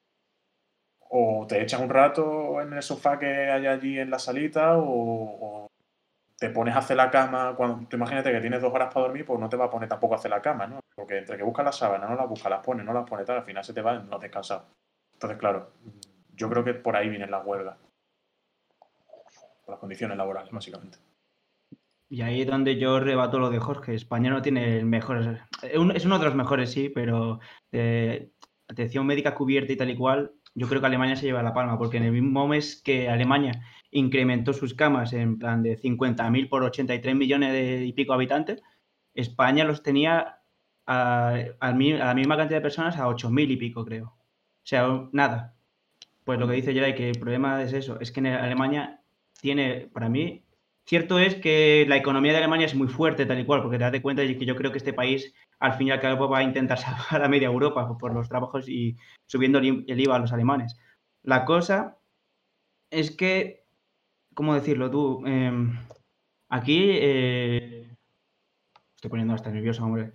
Speaker 2: O te echas un rato en el sofá que hay allí en la salita, o, o te pones a hacer la cama. Cuando tú imagínate que tienes dos horas para dormir, pues no te va a poner tampoco a hacer la cama, ¿no? Porque entre que buscas la sábana, no la buscas, las pones, no las pones, tal, al final se te va y no has descansado. Entonces, claro, yo creo que por ahí vienen las huelgas. Por las condiciones laborales, básicamente.
Speaker 5: Y ahí es donde yo rebato lo de Jorge. España no tiene el mejor. Es uno de los mejores, sí, pero de atención médica cubierta y tal y cual, yo creo que Alemania se lleva la palma, porque en el mismo mes que Alemania incrementó sus camas en plan de cincuenta mil por ochenta y tres millones de, y pico habitantes, España los tenía a, a, a la misma cantidad de personas a ocho mil y pico, creo. O sea, nada. Pues lo que dice Geray, que el problema es eso, es que en Alemania tiene, para mí, cierto es que la economía de Alemania es muy fuerte, tal y cual, porque te das cuenta de que yo creo que este país, al fin y al cabo, va a intentar salvar a media Europa por los trabajos y subiendo el I V A a los alemanes. La cosa es que, ¿cómo decirlo tú? Eh, aquí, eh, estoy poniendo hasta nervioso, hombre.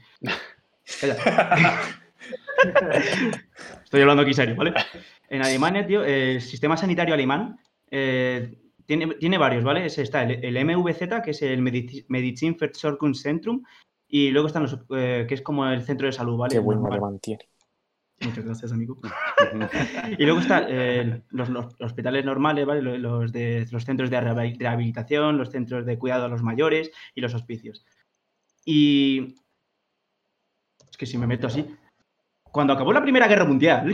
Speaker 5: Estoy hablando aquí serio, ¿vale? En Alemania, tío, el sistema sanitario alemán eh, tiene, tiene varios, ¿vale? Es, está el, el M V Z, que es el Medizinversorgungszentrum, y luego están los, eh, que es como el centro de salud, ¿vale?
Speaker 4: Qué buen
Speaker 5: Normal.
Speaker 4: alemán tiene.
Speaker 5: Muchas gracias, amigo. Y luego están eh, los, los hospitales normales, ¿vale? Los, los, de, los centros de rehabilitación, los centros de cuidado a los mayores y los hospicios. Y es que si me meto así... Cuando acabó la Primera Guerra Mundial,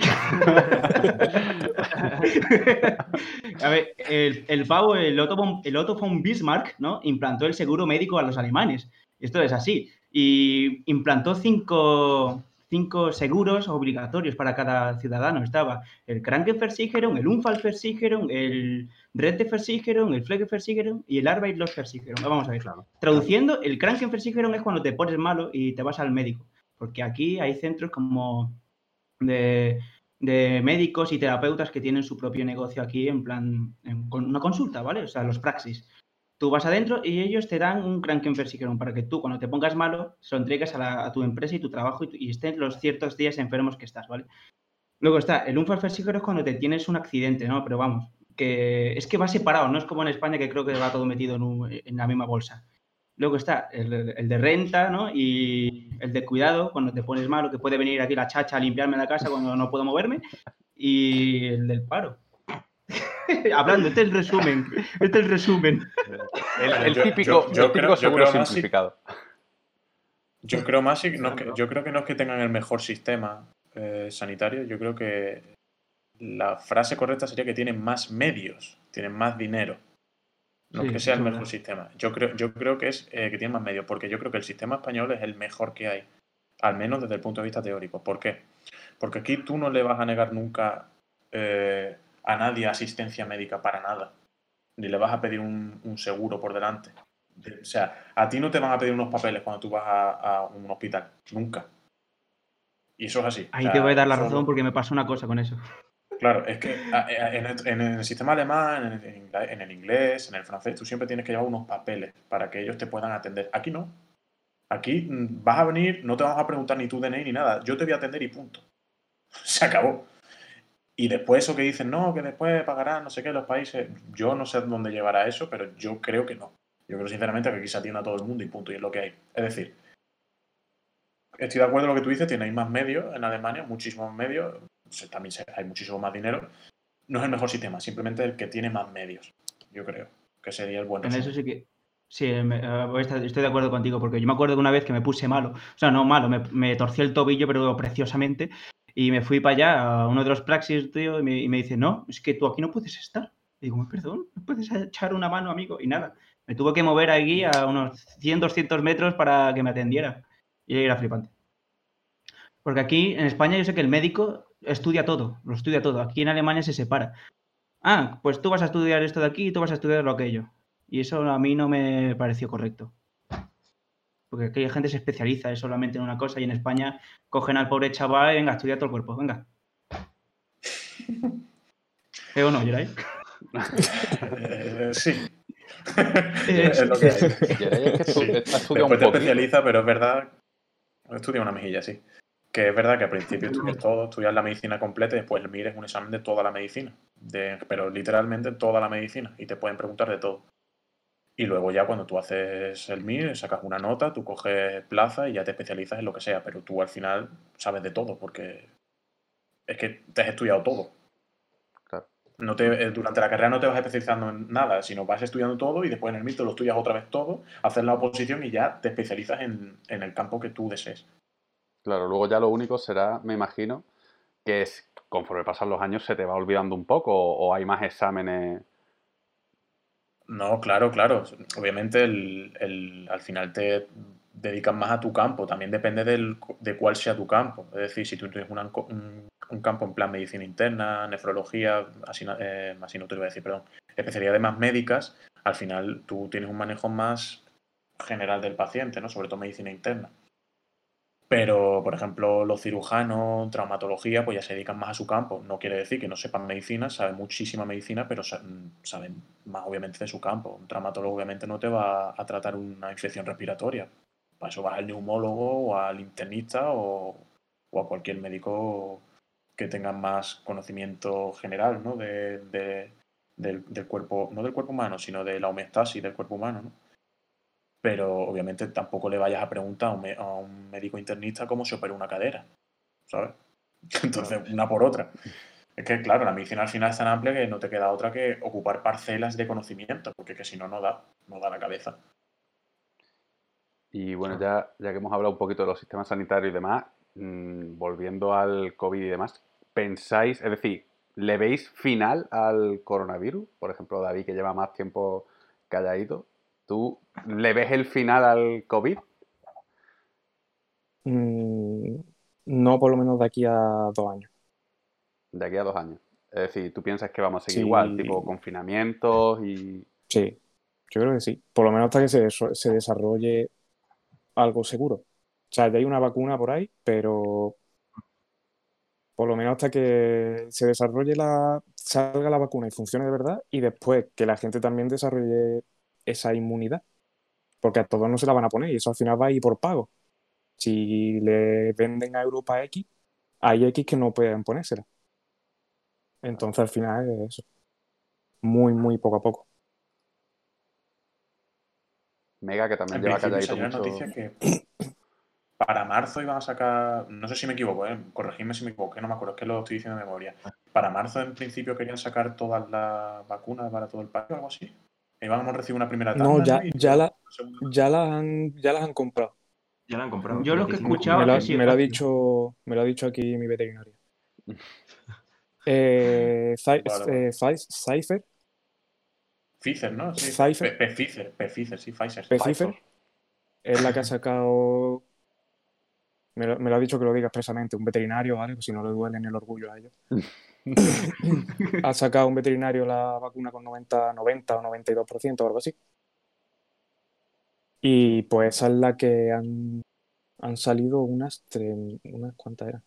Speaker 5: a ver, el, el pavo, el Otto, von, el Otto von Bismarck, ¿no? Implantó el seguro médico a los alemanes. Esto es así. Y implantó cinco, cinco seguros obligatorios para cada ciudadano. Estaba el Krankenversicherung, el Unfallversicherung, el Renteversicherung, el Pflegeversicherung y el Arbeitslosversicherung. Vamos a ver. Claro. Traduciendo, el Krankenversicherung es cuando te pones malo y te vas al médico. Porque aquí hay centros como de, de médicos y terapeutas que tienen su propio negocio aquí en plan, en, con una consulta, ¿vale? O sea, los praxis. Tú vas adentro y ellos te dan un Krankenversicherung para que tú, cuando te pongas malo, se lo entregues a, la, a tu empresa y tu trabajo y, tu, y estén los ciertos días enfermos que estás, ¿vale? Luego está el Unfallversicherung es cuando te tienes un accidente, ¿no? Pero vamos, que es que va separado, no es como en España que creo que va todo metido en, un, en la misma bolsa. Luego está el, el de renta, ¿no? Y el de cuidado, cuando te pones malo, que puede venir aquí la chacha a limpiarme la casa cuando no puedo moverme. Y el del paro. Hablando, este es el resumen. Este es el resumen.
Speaker 1: El, el yo, típico, yo, yo el típico creo, seguro yo creo simplificado.
Speaker 2: Más, yo, creo más, no es que, yo creo que no es que tengan el mejor sistema eh, sanitario. Yo creo que la frase correcta sería que tienen más medios, tienen más dinero. No sí, es que sea el mejor verdad. sistema. Yo creo, yo creo que es eh, que tiene más medios, porque yo creo que el sistema español es el mejor que hay, al menos desde el punto de vista teórico. ¿Por qué? Porque aquí tú no le vas a negar nunca eh, a nadie asistencia médica para nada, ni le vas a pedir un, un seguro por delante. O sea, a ti no te van a pedir unos papeles cuando tú vas a, a un hospital, nunca. Y eso es así.
Speaker 5: Ahí
Speaker 2: o sea,
Speaker 5: te voy a dar la
Speaker 2: razón
Speaker 5: solo... porque me pasó una cosa con eso.
Speaker 2: Claro, es que en el, en el sistema alemán, en el inglés, en el francés, tú siempre tienes que llevar unos papeles para que ellos te puedan atender. Aquí no. Aquí vas a venir, no te vamos a preguntar ni tu D N I ni nada. Yo te voy a atender y punto. Se acabó. Y después eso que dicen, no, que después pagarán no sé qué los países. Yo no sé dónde llevará eso, pero yo creo que no. Yo creo sinceramente que aquí se atiende a todo el mundo y punto. Y es lo que hay. Es decir, estoy de acuerdo con lo que tú dices, tienes más medios en Alemania, muchísimos medios. También hay muchísimo más dinero. No es el mejor sistema, simplemente el que tiene más medios. Yo creo que sería el bueno.
Speaker 5: En eso sí que... Sí, me, uh, estoy de acuerdo contigo, porque yo me acuerdo de una vez que me puse malo. O sea, no malo, me, me torcí el tobillo, pero preciosamente. Y me fui para allá a uno de los praxis, tío, y me, y me dice, no, es que tú aquí no puedes estar. Y digo, perdón, ¿no puedes echar una mano, amigo? Y nada, me tuve que mover aquí a unos cien, doscientos metros para que me atendiera. Y era flipante. Porque aquí, en España, yo sé que el médico estudia todo, lo estudia todo. Aquí en Alemania se separa. Ah, pues tú vas a estudiar esto de aquí y tú vas a estudiar lo aquello. Y eso a mí no me pareció correcto. Porque aquí la gente se especializa solamente en una cosa y en España cogen al pobre chaval y venga, estudia todo el cuerpo, venga. ¿Eh o no, Geray?
Speaker 2: Eh, sí.
Speaker 3: Eh,
Speaker 2: es lo que hay.
Speaker 1: Queréis es que estu-
Speaker 2: Sí.
Speaker 1: estudia un
Speaker 2: Después te
Speaker 1: poquito.
Speaker 2: especializa, pero es verdad. Estudia una mejilla, sí. Que es verdad que al principio estudias todo, estudias la medicina completa y después el M I R es un examen de toda la medicina. De, pero literalmente toda la medicina. Y te pueden preguntar de todo. Y luego ya cuando tú haces el M I R, sacas una nota, tú coges plaza y ya te especializas en lo que sea. Pero tú al final sabes de todo porque es que te has estudiado todo.
Speaker 1: Claro.
Speaker 2: No te, eh, durante la carrera no te vas especializando en nada, sino vas estudiando todo y después en el M I R te lo estudias otra vez todo, haces la oposición y ya te especializas en, en el campo que tú desees.
Speaker 1: Claro, luego ya lo único será, me imagino, que es, conforme pasan los años se te va olvidando un poco o, o hay más exámenes.
Speaker 2: No, claro, claro. Obviamente el, el- al final te dedicas más a tu campo. También depende del, de cuál sea tu campo. Es decir, si tú tienes una- un, un campo en plan medicina interna, nefrología, así, eh, así no te lo voy a decir, perdón, especialidades más médicas, al final tú tienes un manejo más general del paciente, ¿no? Sobre todo medicina interna. Pero, por ejemplo, los cirujanos, traumatología, pues ya se dedican más a su campo. No quiere decir que no sepan medicina, saben muchísima medicina, pero sa- saben más obviamente de su campo. Un traumatólogo obviamente no te va a tratar una infección respiratoria. Para eso vas al neumólogo o al internista o, o a cualquier médico que tenga más conocimiento general, ¿no? De, de- del, del cuerpo, no del cuerpo humano, sino de la homeostasis del cuerpo humano, ¿no? Pero obviamente tampoco le vayas a preguntar a un, me- a un médico internista cómo se opera una cadera, ¿sabes? Entonces, una por otra. Es que, claro, la medicina al final es tan amplia que no te queda otra que ocupar parcelas de conocimiento, porque que si no, no da, no da la cabeza.
Speaker 1: Y bueno, ya, ya que hemos hablado un poquito de los sistemas sanitarios y demás, mmm, volviendo al COVID y demás, ¿pensáis, es decir, le veis final al coronavirus? Por ejemplo, David, que lleva más tiempo que haya ido, ¿tú le ves el final al COVID?
Speaker 4: Mm, no por lo menos de aquí a dos años.
Speaker 1: De aquí a dos años. Es decir, ¿tú piensas que vamos a seguir
Speaker 4: Sí,
Speaker 1: igual, tipo confinamientos y...?
Speaker 4: sí, yo creo que sí. Por lo menos hasta que se, deso- se desarrolle algo seguro. O sea, ya hay una vacuna por ahí, pero por lo menos hasta que se desarrolle la, salga la vacuna y funcione de verdad, y después que la gente también desarrolle esa inmunidad, porque a todos no se la van a poner y eso al final va a ir por pago. Si le venden a Europa X, hay X que no pueden ponérsela. Entonces al final es eso, muy, muy poco a poco.
Speaker 1: Mega, que también
Speaker 2: En
Speaker 1: lleva
Speaker 2: principio
Speaker 1: calladito
Speaker 2: salieron
Speaker 1: mucho.
Speaker 2: noticias que para marzo iban a sacar, no sé si me equivoco, ¿eh? Corregidme si me equivoco, que no me acuerdo, es que lo estoy diciendo de memoria. Para marzo en principio querían sacar todas las vacunas para todo el país o algo así. Íbamos a recibir una primera
Speaker 4: No,
Speaker 2: tanda,
Speaker 4: ya,
Speaker 2: ¿no? Y
Speaker 4: ya,
Speaker 2: luego
Speaker 4: la,
Speaker 2: una segunda.
Speaker 4: ya, las han, ya las han comprado.
Speaker 6: Ya la han comprado.
Speaker 3: Yo lo que he
Speaker 6: veinticinco.
Speaker 3: escuchado
Speaker 4: Me
Speaker 3: es
Speaker 4: lo,
Speaker 3: que
Speaker 4: ha-
Speaker 3: sí,
Speaker 4: me lo ha
Speaker 3: fácil.
Speaker 4: dicho, me lo ha dicho aquí mi veterinario. Eh, Cy-
Speaker 2: Vale, vale.
Speaker 4: eh, Pfiz- Pfizer,
Speaker 2: Pfizer, ¿no? Sí.
Speaker 4: Pfizer,
Speaker 2: Pe- Pfizer, Pfizer, sí, Pfizer.
Speaker 4: Pfizer es la que ha sacado, me lo, me lo ha dicho que lo diga expresamente, un veterinario, ¿vale? Pues si no le duele ni el orgullo a ellos. Ha sacado un veterinario la vacuna con noventa, noventa o noventa y dos por ciento o algo así. Y pues esa es la que han, han salido unas, tre- unas ¿cuántas eran?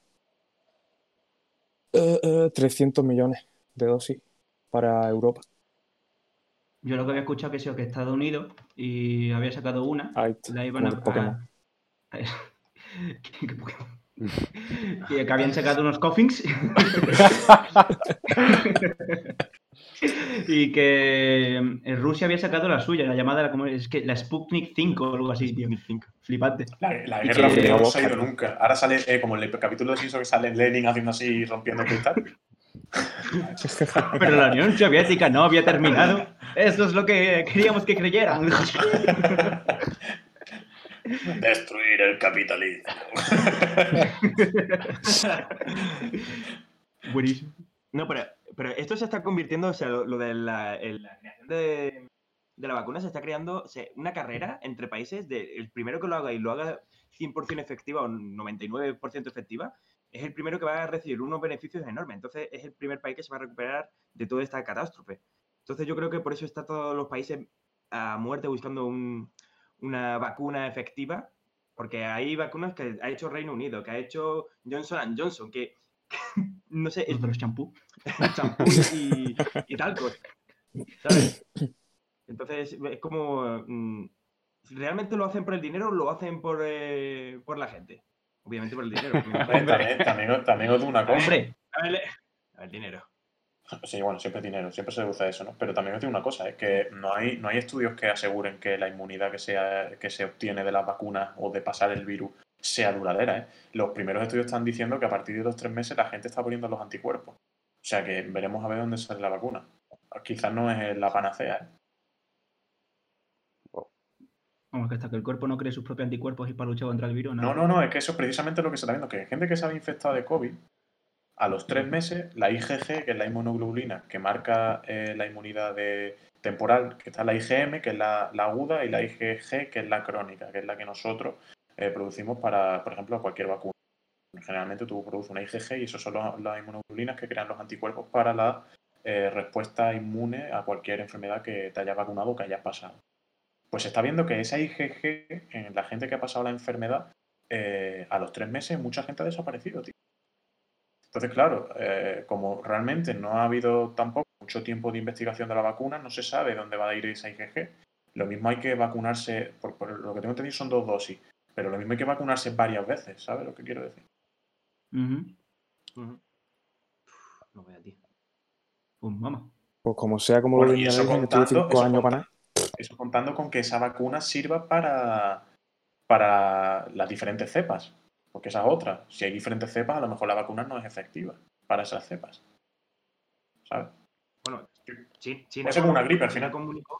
Speaker 4: Eh, eh, trescientos millones de dosis para Europa.
Speaker 3: Yo lo que había escuchado que sí, que Estados Unidos y había sacado una,
Speaker 4: Ahí está,
Speaker 3: la iban
Speaker 4: como
Speaker 3: a...
Speaker 4: el Pokémon.
Speaker 3: a- ¿Qué- qué Pokémon? Y que habían sacado unos coffins y que en Rusia había sacado la suya, la llamada, como es que la Sputnik cinco o algo así, tío.
Speaker 6: Sputnik cinco.
Speaker 3: Flipante.
Speaker 2: La, la
Speaker 3: Y
Speaker 2: guerra
Speaker 3: que-
Speaker 2: fría no se ha
Speaker 4: Vodka,
Speaker 2: ido
Speaker 4: tío.
Speaker 2: nunca. Ahora sale, eh, como en el capítulo de Simpsons que sale Lenin haciendo así y rompiendo cristal.
Speaker 3: Pero la Unión Soviética no había terminado. Eso es lo que queríamos que creyeran.
Speaker 2: Destruir el capitalismo.
Speaker 3: Buenísimo.
Speaker 6: No, pero, pero esto se está convirtiendo, o sea, lo, lo de la, el- la creación de, de la vacuna se está creando o sea, una carrera entre países de el primero que lo haga y lo haga cien por ciento efectiva o noventa y nueve por ciento efectiva, es el primero que va a recibir unos beneficios enormes. Entonces es el primer país que se va a recuperar de toda esta catástrofe. Entonces yo creo que por eso están todos los países a muerte buscando un, una vacuna efectiva, porque hay vacunas que ha hecho Reino Unido, que ha hecho Johnson and Johnson, que no sé, es
Speaker 3: Los de los champú.
Speaker 6: champú y, y talcos. ¿sabes? Entonces, es como... mm, ¿realmente lo hacen por el dinero o lo hacen por, eh, por la gente? Obviamente por el dinero. me imagino.
Speaker 2: Hombre, también, también, os- también os digo una cosa.
Speaker 3: Hombre,
Speaker 6: A ver, a ver, dinero.
Speaker 2: Sí, bueno, siempre es dinero, siempre se deduce eso, ¿no? Pero también os digo una cosa, es que no hay, no hay estudios que aseguren que la inmunidad que, sea, que se obtiene de las vacunas o de pasar el virus sea duradera, ¿eh? Los primeros estudios están diciendo que a partir de los tres meses la gente está poniendo los anticuerpos. O sea que veremos a ver dónde sale la vacuna. Quizás no es la panacea, ¿eh?
Speaker 3: vamos, que hasta que el cuerpo no cree sus propios anticuerpos y para luchar contra el virus,
Speaker 2: No,
Speaker 3: nada.
Speaker 2: no, no, es que eso es precisamente lo que se está viendo, que hay gente que se ha infectado de COVID, a los tres meses, la I G G, que es la inmunoglobulina, que marca eh, la inmunidad de, temporal, que está la I G M, que es la, la aguda, y la I G G, que es la crónica, que es la que nosotros eh, producimos para, por ejemplo, cualquier vacuna. Generalmente tú produces una I G G y eso son los- las inmunoglobulinas que crean los anticuerpos para la eh, respuesta inmune a cualquier enfermedad que te haya vacunado o que hayas pasado. Pues se está viendo que esa I G G, en la gente que ha pasado la enfermedad, eh, a los tres meses mucha gente ha desaparecido, tío. Entonces, claro, eh, como realmente no ha habido tampoco mucho tiempo de investigación de la vacuna, no se sabe dónde va a ir esa I G G. Lo mismo hay que vacunarse, por, por lo que tengo entendido son dos dosis, pero lo mismo hay que vacunarse varias veces, ¿sabes lo que quiero decir?
Speaker 3: Ujú.
Speaker 6: Ujú. No voy a ti.
Speaker 3: Pues vamos.
Speaker 4: Pues como sea como
Speaker 2: Bueno,
Speaker 4: lo de
Speaker 2: y
Speaker 4: mi
Speaker 2: eso
Speaker 4: alergia, que estuve
Speaker 2: contando,
Speaker 4: cinco
Speaker 2: eso,
Speaker 4: años para
Speaker 2: conta-
Speaker 4: nada.
Speaker 2: eso contando con que esa vacuna sirva para, para las diferentes cepas, porque esa es otra. Si hay diferentes cepas, a lo mejor la vacuna no es efectiva para esas cepas, ¿sabes?
Speaker 6: Bueno, Chi- China,
Speaker 2: Puede ser como una
Speaker 6: comu-
Speaker 2: gripe al
Speaker 6: China
Speaker 2: final.
Speaker 6: comunicó...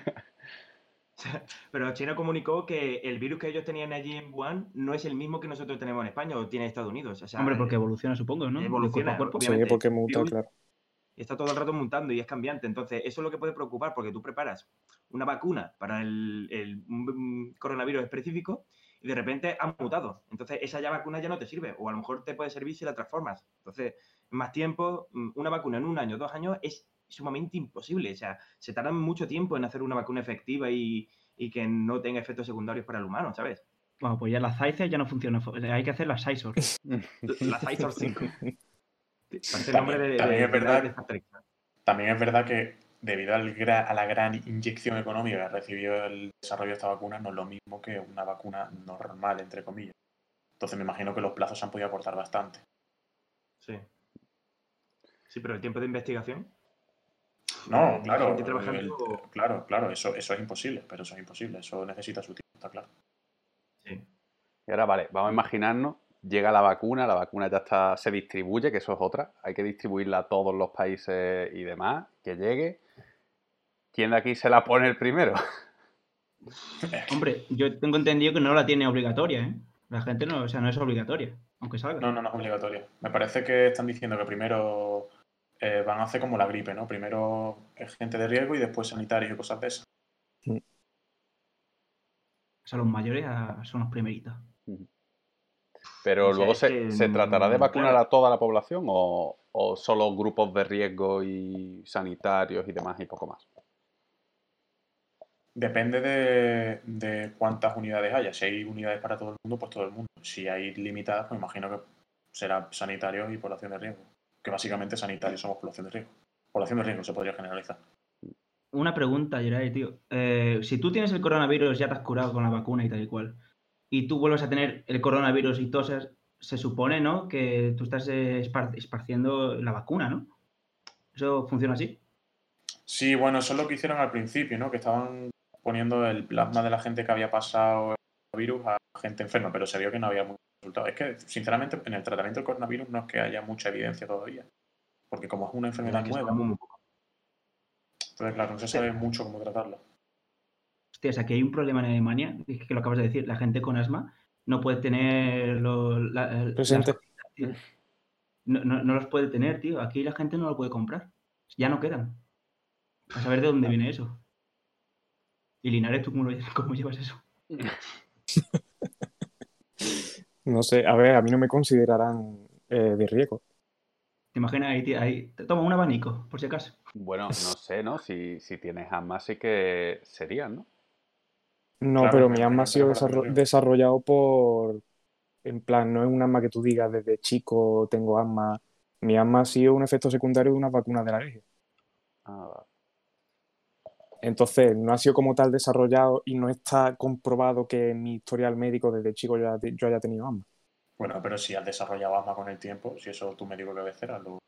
Speaker 6: Pero China comunicó que el virus que ellos tenían allí en Wuhan no es el mismo que nosotros tenemos en España o tiene Estados Unidos. O sea,
Speaker 3: Hombre, porque evoluciona, supongo, ¿no? De cuerpo a
Speaker 6: evoluciona,
Speaker 3: cuerpo.
Speaker 4: Sí,
Speaker 6: obviamente.
Speaker 4: porque
Speaker 6: Es un
Speaker 4: muta,
Speaker 6: virus
Speaker 4: claro.
Speaker 6: y está todo el rato mutando y es cambiante. Entonces, eso es lo que puede preocupar porque tú preparas una vacuna para el, el- un coronavirus específico y de repente ha mutado. Entonces, esa ya vacuna ya no te sirve o a lo mejor te puede servir si la transformas. Entonces, más tiempo, mm, una vacuna en un año, dos años es sumamente imposible. O sea, se tarda mucho tiempo en hacer una vacuna efectiva y, y que no tenga efectos secundarios para el humano, ¿sabes?
Speaker 3: Bueno, pues ya la Pfizer ya no funciona. Hay que hacer la Pfizer.
Speaker 6: La Pfizer cinco. Parece el nombre
Speaker 2: También,
Speaker 6: de,
Speaker 2: también
Speaker 6: de
Speaker 2: es
Speaker 6: final de
Speaker 2: verdad,
Speaker 6: Star Trek.
Speaker 2: también es verdad que debido al gra- a la gran inyección económica que ha recibido el desarrollo de esta vacuna, no es lo mismo que una vacuna normal, entre comillas. Entonces me imagino que los plazos se han podido acortar bastante.
Speaker 6: Sí. Sí, pero el tiempo de investigación.
Speaker 2: No,
Speaker 6: Eh,
Speaker 2: claro,
Speaker 6: gente trabajando.
Speaker 2: el- claro, claro, eso, eso es imposible, pero eso es imposible, eso necesita su tiempo, está claro.
Speaker 6: Sí.
Speaker 1: Y ahora, vale, vamos a imaginarnos, llega la vacuna, la vacuna ya está, se distribuye, que eso es otra, hay que distribuirla a todos los países y demás, que llegue. ¿Quién de aquí se la pone el primero?
Speaker 3: Hombre, yo tengo entendido que no la tiene obligatoria, ¿eh? La gente no, o sea, no es obligatoria, aunque salga.
Speaker 2: No, no, no es obligatorio. Me parece que están diciendo que primero eh, van a hacer como la gripe, ¿no? Primero es gente de riesgo y después sanitarios y cosas de esas.
Speaker 3: O sea, los mayores ah, son los primeritos.
Speaker 1: Pero
Speaker 6: O sea,
Speaker 1: luego
Speaker 6: es
Speaker 1: se,
Speaker 6: que,
Speaker 1: ¿se tratará de
Speaker 6: mm,
Speaker 1: vacunar
Speaker 6: claro.
Speaker 1: a toda la población o, o solo grupos de riesgo y sanitarios y demás y poco más?
Speaker 2: Depende de, de cuántas unidades haya. Si hay unidades para todo el mundo, pues todo el mundo. Si hay limitadas, pues imagino que será sanitarios y población de riesgo. Que básicamente sanitarios somos población de riesgo. Población de riesgo se podría generalizar.
Speaker 3: Una pregunta, Geray, tío. Eh, si tú tienes el coronavirus, ya te has curado con la vacuna y tal y cual, y tú vuelves a tener el coronavirus y toses, se supone, ¿no? Que tú estás eh, espar- esparciendo la vacuna, ¿no? ¿Eso funciona así?
Speaker 2: Sí, bueno, eso es lo que hicieron al principio, ¿no? Que estaban poniendo el plasma de la gente que había pasado el virus a gente enferma, pero se vio que no había muchos resultados. Es que, sinceramente, en el tratamiento del coronavirus no es que haya mucha evidencia todavía. Porque como es una
Speaker 6: La
Speaker 2: enfermedad
Speaker 6: verdad es que
Speaker 2: nueva,
Speaker 6: sabemos muy poco.
Speaker 2: entonces, claro, no se sabe mucho cómo tratarla.
Speaker 3: Hostia, o sea, que hay un problema en Alemania, es que lo acabas de decir, la gente con asma no puede tener lo- la- las
Speaker 4: Presente.
Speaker 3: vacunas, tío. No, no, no los puede tener, tío. Aquí la gente no lo puede comprar. Ya no quedan. A saber de dónde viene eso. Y Linares, ¿tú cómo, lo- cómo llevas eso?
Speaker 4: No sé, a ver, a mí no me considerarán eh, de riesgo.
Speaker 3: ¿Te imaginas ahí, tío, ahí? Toma un abanico, por si acaso.
Speaker 1: Bueno, no sé, ¿no? Si, si tienes asma sí que serían, ¿no?
Speaker 4: No,
Speaker 2: Claro,
Speaker 4: pero
Speaker 2: me
Speaker 4: mi asma
Speaker 2: imagino
Speaker 4: ha
Speaker 2: que
Speaker 4: sido
Speaker 2: será población de
Speaker 4: desarro-
Speaker 2: riesgo.
Speaker 4: desarrollado por, en plan, no es un asma que tú digas desde chico tengo asma. Mi asma ha sido un efecto secundario de una vacuna de la alergia.
Speaker 1: Ah, vale.
Speaker 4: Entonces, no ha sido como tal desarrollado y no está comprobado que en mi historial médico desde chico yo, yo haya tenido asma.
Speaker 2: Bueno, pero si has desarrollado asma con el tiempo, si eso tu médico de cabecera lo,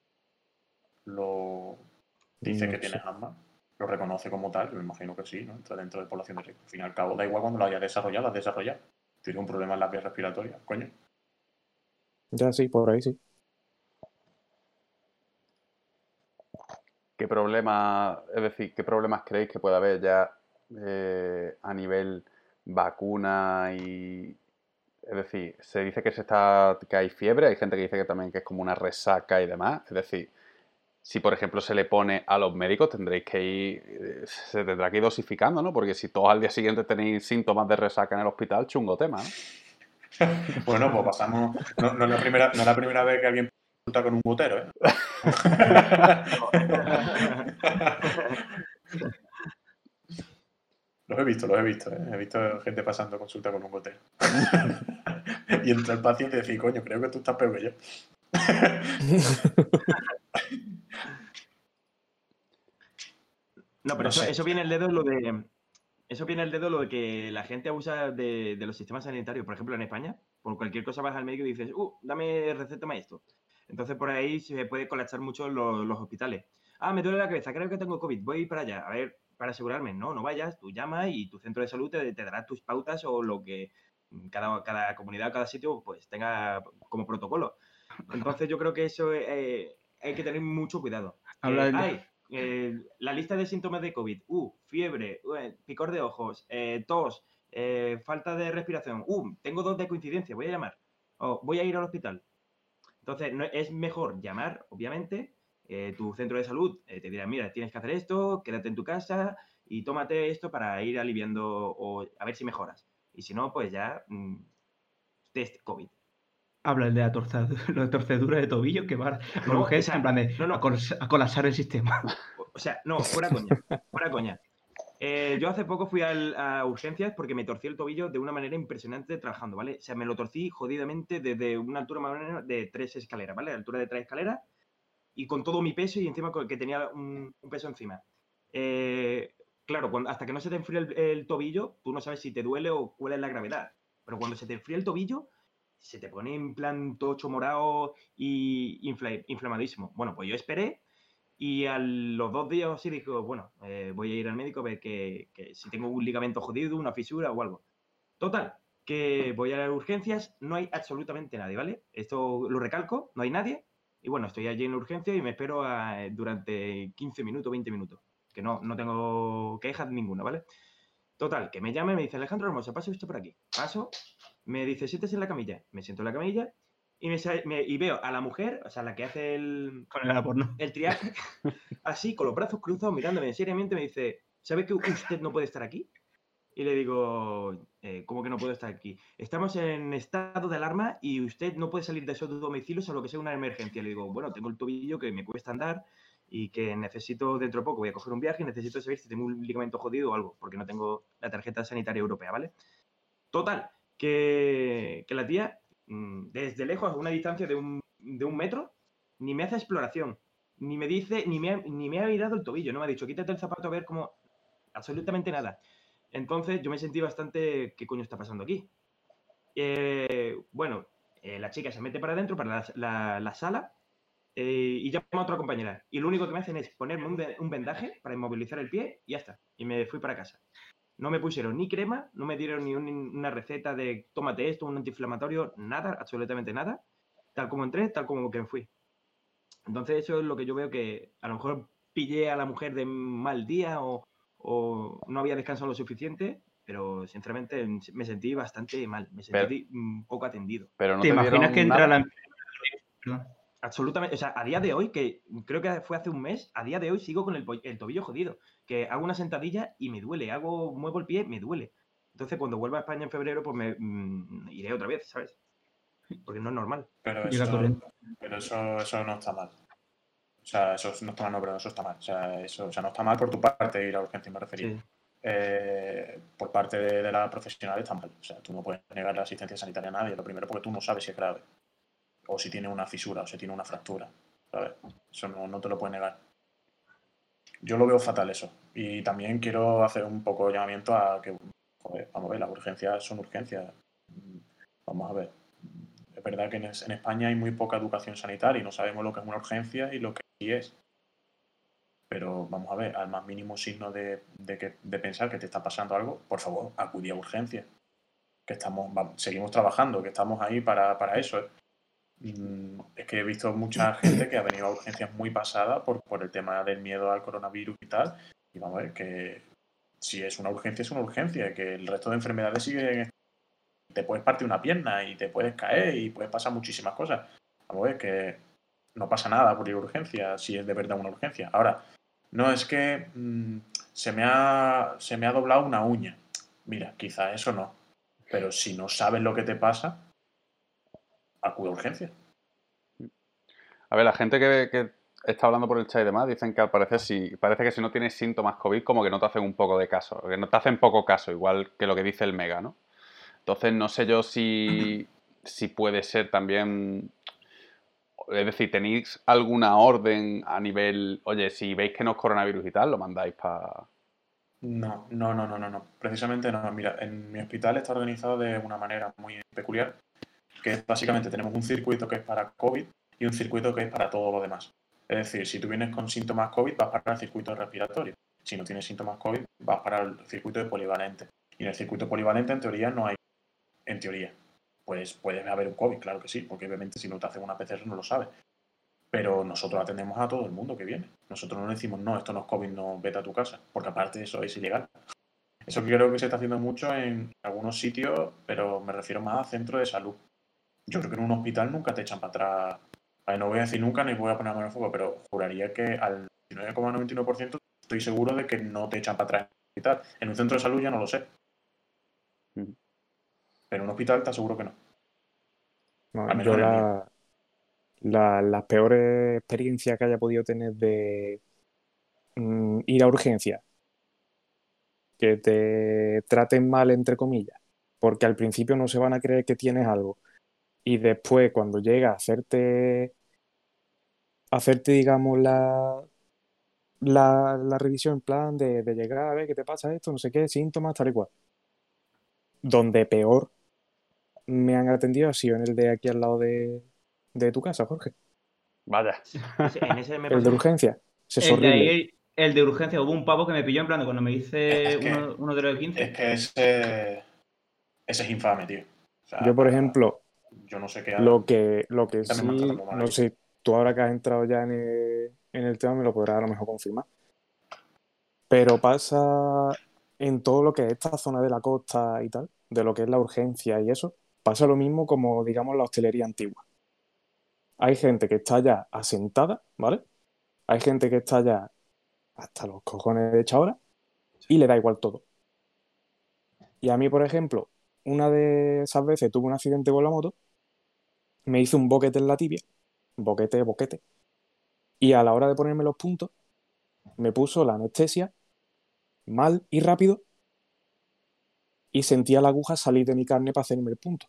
Speaker 2: lo dice
Speaker 4: No
Speaker 2: que tienes
Speaker 4: sé.
Speaker 2: asma, lo reconoce como tal, yo me imagino que sí, ¿no? Entra dentro de población de riesgo. Al fin y al cabo, da igual cuando lo hayas desarrollado, lo has desarrollado. Tienes un problema en las vías respiratorias, coño.
Speaker 4: Ya sí, por ahí sí.
Speaker 1: ¿Qué problemas, es decir, qué problemas creéis que puede haber ya eh, a nivel vacuna y, es decir, se dice que se está, que hay fiebre, hay gente que dice que también que es como una resaca y demás, es decir, si por ejemplo se le pone a los médicos tendréis que ir, eh, se tendrá que ir dosificando, ¿no? Porque si todos al día siguiente tenéis síntomas de resaca en el hospital, chungo tema, ¿no?
Speaker 2: Bueno, pues pasamos. No, no, es la primera, no es la primera vez que alguien puta con un gotero, ¿eh? Los he visto, los he visto, ¿eh? He visto gente pasando consulta con un gotero. Y entra el paciente y dice, coño, creo que tú estás peor que yo.
Speaker 6: No, pero
Speaker 2: No
Speaker 6: eso,
Speaker 2: sé.
Speaker 6: eso viene el dedo lo de. Eso viene el dedo lo de que la gente abusa de, de los sistemas sanitarios. Por ejemplo, en España, por cualquier cosa vas al médico y dices, uh, dame recétame esto. Entonces por ahí se puede colapsar mucho los, los hospitales. Ah, me duele la cabeza, creo que tengo COVID, voy para allá. A ver, para asegurarme, no, no vayas, tú llamas y tu centro de salud te, te dará tus pautas o lo que cada, cada comunidad, cada sitio, pues tenga como protocolo. Entonces yo creo que eso eh, hay que tener mucho cuidado.
Speaker 5: Habla
Speaker 6: Eh,
Speaker 5: de-
Speaker 6: ay, eh, la lista de síntomas de COVID. Uh, fiebre, uh, picor de ojos, eh, tos, eh, falta de respiración. Uh, tengo dos de coincidencia, voy a llamar. O voy a ir al hospital. Entonces, no, es mejor llamar, obviamente. Eh, tu centro de salud eh, te dirá, mira, tienes que hacer esto, quédate en tu casa y tómate esto para ir aliviando o a ver si mejoras. Y si no, pues ya mm, test COVID.
Speaker 5: Habla el de la torcedura, la torcedura de tobillo que va a
Speaker 6: No, o
Speaker 5: urgencia
Speaker 6: sea,
Speaker 5: en plan de
Speaker 6: no, no.
Speaker 5: a, colas- a colapsar el sistema.
Speaker 6: O, o sea, no, fuera coña, fuera coña. Eh, yo hace poco fui al- a urgencias porque me torcí el tobillo de una manera impresionante trabajando, ¿vale? O sea, me lo torcí jodidamente desde una altura más o menos de tres escaleras, ¿vale? Altura de tres escaleras y con todo mi peso y encima con- que tenía un, un peso encima. Eh, claro, cuando- hasta que no se te enfría el, el tobillo, tú no sabes si te duele o cuál es la gravedad. Pero cuando se te enfría el tobillo, se te pone en plan tocho morado y infla- inflamadísimo. Bueno, pues yo esperé y a los dos días así dijo, bueno, eh, voy a ir al médico a ver que, que si tengo un ligamento jodido, una fisura o algo. Total, que voy a las urgencias, no hay absolutamente nadie, ¿vale? Esto lo recalco, no hay nadie. Y bueno, estoy allí en urgencia y me espero a, durante quince minutos, veinte minutos. Que no, no tengo quejas ninguna, ¿vale? Total, que me llama y me dice, Alejandro Hermoso, pase usted por aquí. Paso, me dice, siéntese en la camilla. Me siento en la camilla y, me, sa- me- y veo a la mujer, o sea, la que hace el,
Speaker 5: Con el porno.
Speaker 6: el triaje, así, con los brazos cruzados, mirándome seriamente, me dice, ¿sabe que usted no puede estar aquí? Y le digo, eh, ¿cómo que no puedo estar aquí? Estamos en estado de alarma y usted no puede salir de su domicilio salvo que sea una emergencia. Le digo, bueno, tengo el tobillo que me cuesta andar y que necesito dentro de poco, voy a coger un viaje y necesito saber si tengo un ligamento jodido o algo, porque no tengo la tarjeta sanitaria europea, ¿vale? Total, que, que la tía, mm, desde lejos, a una distancia de un, de un metro, ni me hace exploración, ni me dice, ni me, ha, ni me ha mirado el tobillo, no me ha dicho, quítate el zapato a ver cómo, absolutamente nada. Entonces yo me sentí bastante, ¿qué coño está pasando aquí? Eh, bueno, eh, la chica se mete para adentro, para la, la, la sala, eh, y llama a otra compañera. Y lo único que me hacen es ponerme un, un vendaje para inmovilizar el pie y ya está. Y me fui para casa. No me pusieron ni crema, no me dieron ni un, una receta de tómate esto, un antiinflamatorio, nada, absolutamente nada. Tal como entré, tal como que me fui. Entonces eso es lo que yo veo que a lo mejor pillé a la mujer de mal día o, o no había descansado lo suficiente, pero sinceramente me sentí bastante mal, me sentí
Speaker 1: Pero,
Speaker 6: poco atendido.
Speaker 1: pero no
Speaker 5: ¿Te
Speaker 1: te
Speaker 5: imaginas que
Speaker 1: dieron
Speaker 5: entra
Speaker 1: nada.
Speaker 5: la... Perdón.
Speaker 6: Absolutamente, o sea, a día de hoy, que creo que fue hace un mes, a día de hoy sigo con el, el tobillo jodido, que hago una sentadilla y me duele, hago, muevo el pie, me duele. Entonces cuando vuelva a España en febrero, pues me mm, iré otra vez, ¿sabes? Porque no es normal.
Speaker 2: Pero
Speaker 5: Llega
Speaker 2: eso,
Speaker 5: corriendo.
Speaker 2: pero eso, eso no está mal. O sea, eso no está mal, no, pero eso está mal. O sea, eso, o sea, no está mal por tu parte ir a urgencia, me refería.
Speaker 6: Sí.
Speaker 2: Eh, por parte de, de la profesional está mal. O sea, tú no puedes negar la asistencia sanitaria a nadie. Lo primero porque tú no sabes si es grave. O si tiene una fisura, o si tiene una fractura. ¿Sabes? Eso no, no te lo puedes negar. yo lo veo fatal eso. Y también quiero hacer un poco de llamamiento a que, joder, vamos a ver, las urgencias son urgencias. Vamos a ver. Es verdad que en, en España hay muy poca educación sanitaria y no sabemos lo que es una urgencia y lo que sí es. Pero vamos a ver, al más mínimo signo de, de, que, de pensar que te está pasando algo, por favor, acudí a urgencias. Que estamos, vamos, seguimos trabajando, que estamos ahí para, para eso. ¿eh? Mm, es que he visto mucha gente que ha venido a urgencias muy pasada por, por el tema del miedo al coronavirus y tal. Y vamos a ver que si es una urgencia, es una urgencia, que el resto de enfermedades siguen. Te puedes partir una pierna y te puedes caer y puedes pasar muchísimas cosas. Vamos a ver que no pasa nada por ir a urgencia si es de verdad una urgencia. Ahora, no es que mmm, se, me ha, se me ha doblado una uña. Mira, quizá eso no. Pero si no sabes lo que te pasa, acude a urgencia.
Speaker 1: A ver, la gente que, que está hablando por el chat y demás dicen que al parecer si, parece que si no tienes síntomas COVID como que no te hacen un poco de caso, que no te hacen poco caso, igual que lo que dice el Mega, ¿no? Entonces no sé yo si, si puede ser también... Es decir, ¿tenéis alguna orden a nivel, oye, si veis que no es coronavirus y tal, lo mandáis para...
Speaker 2: No, no, no, no, no, no. Precisamente no. Mira, en mi hospital está organizado de una manera muy peculiar, que es básicamente tenemos un circuito que es para COVID y un circuito que es para todo lo demás. Es decir, si tú vienes con síntomas COVID, vas para el circuito respiratorio. Si no tienes síntomas COVID, vas para el circuito de polivalente. Y en el circuito polivalente, en teoría, no hay... En teoría. Pues puede haber un COVID, claro que sí, porque obviamente si no te hacen una P C R no lo sabes. Pero nosotros atendemos a todo el mundo que viene. Nosotros no decimos, no, esto no es COVID, no, vete a tu casa. Porque aparte eso es ilegal. Eso creo que se está haciendo mucho en algunos sitios, pero me refiero más a centros de salud. Yo creo que en un hospital nunca te echan para atrás. Ay, no voy a decir nunca ni voy a poner mano en fuego, pero juraría que al noventa y nueve coma noventa y nueve por ciento estoy seguro de que no te echan para atrás en un hospital. En un centro de salud ya no lo sé.
Speaker 1: Mm.
Speaker 2: Pero en un hospital te aseguro que no.
Speaker 4: No,
Speaker 2: Al menos
Speaker 4: yo
Speaker 2: en el mío.
Speaker 4: la, la- las peores experiencias que haya podido tener de mm, ir a urgencia, que te traten mal, entre comillas, porque al principio no se van a creer que tienes algo. Y después, cuando llega a hacerte, hacerte digamos, la, la, la revisión en plan de, de llegar a ver qué te pasa esto, no sé qué, síntomas, tal y cual. Donde peor me han atendido ha sido en el de aquí al lado de, de tu casa, Jorge.
Speaker 1: Vaya.
Speaker 6: Ese- en ese me
Speaker 4: El de
Speaker 6: pasó.
Speaker 4: urgencia. Ese es
Speaker 5: El de
Speaker 4: horrible.
Speaker 5: ahí, el de urgencia, hubo un pavo que me pilló en plan de cuando me dice
Speaker 2: Es que,
Speaker 5: uno, uno de los
Speaker 2: es
Speaker 5: quince.
Speaker 2: que ese, ese es infame, tío. O sea,
Speaker 4: Yo, por ejemplo,
Speaker 2: yo no sé qué.
Speaker 4: lo que, lo que
Speaker 2: También me han tratado
Speaker 4: sí,
Speaker 2: muy mal
Speaker 4: no
Speaker 2: allí.
Speaker 4: sé, tú ahora que has entrado ya en el, en el tema me lo podrás a lo mejor confirmar. Pero pasa en todo lo que es esta zona de la costa y tal, de lo que es la urgencia y eso, pasa lo mismo como, digamos, la hostelería antigua. Hay gente que está ya asentada, ¿vale? Hay gente que está ya hasta los cojones de esta hora y le da igual todo. Y a mí, por ejemplo, una de esas veces tuve un accidente con la moto, me hice un boquete en la tibia, boquete, boquete, y a la hora de ponerme los puntos, me puso la anestesia mal y rápido y sentía la aguja salir de mi carne para hacerme el punto.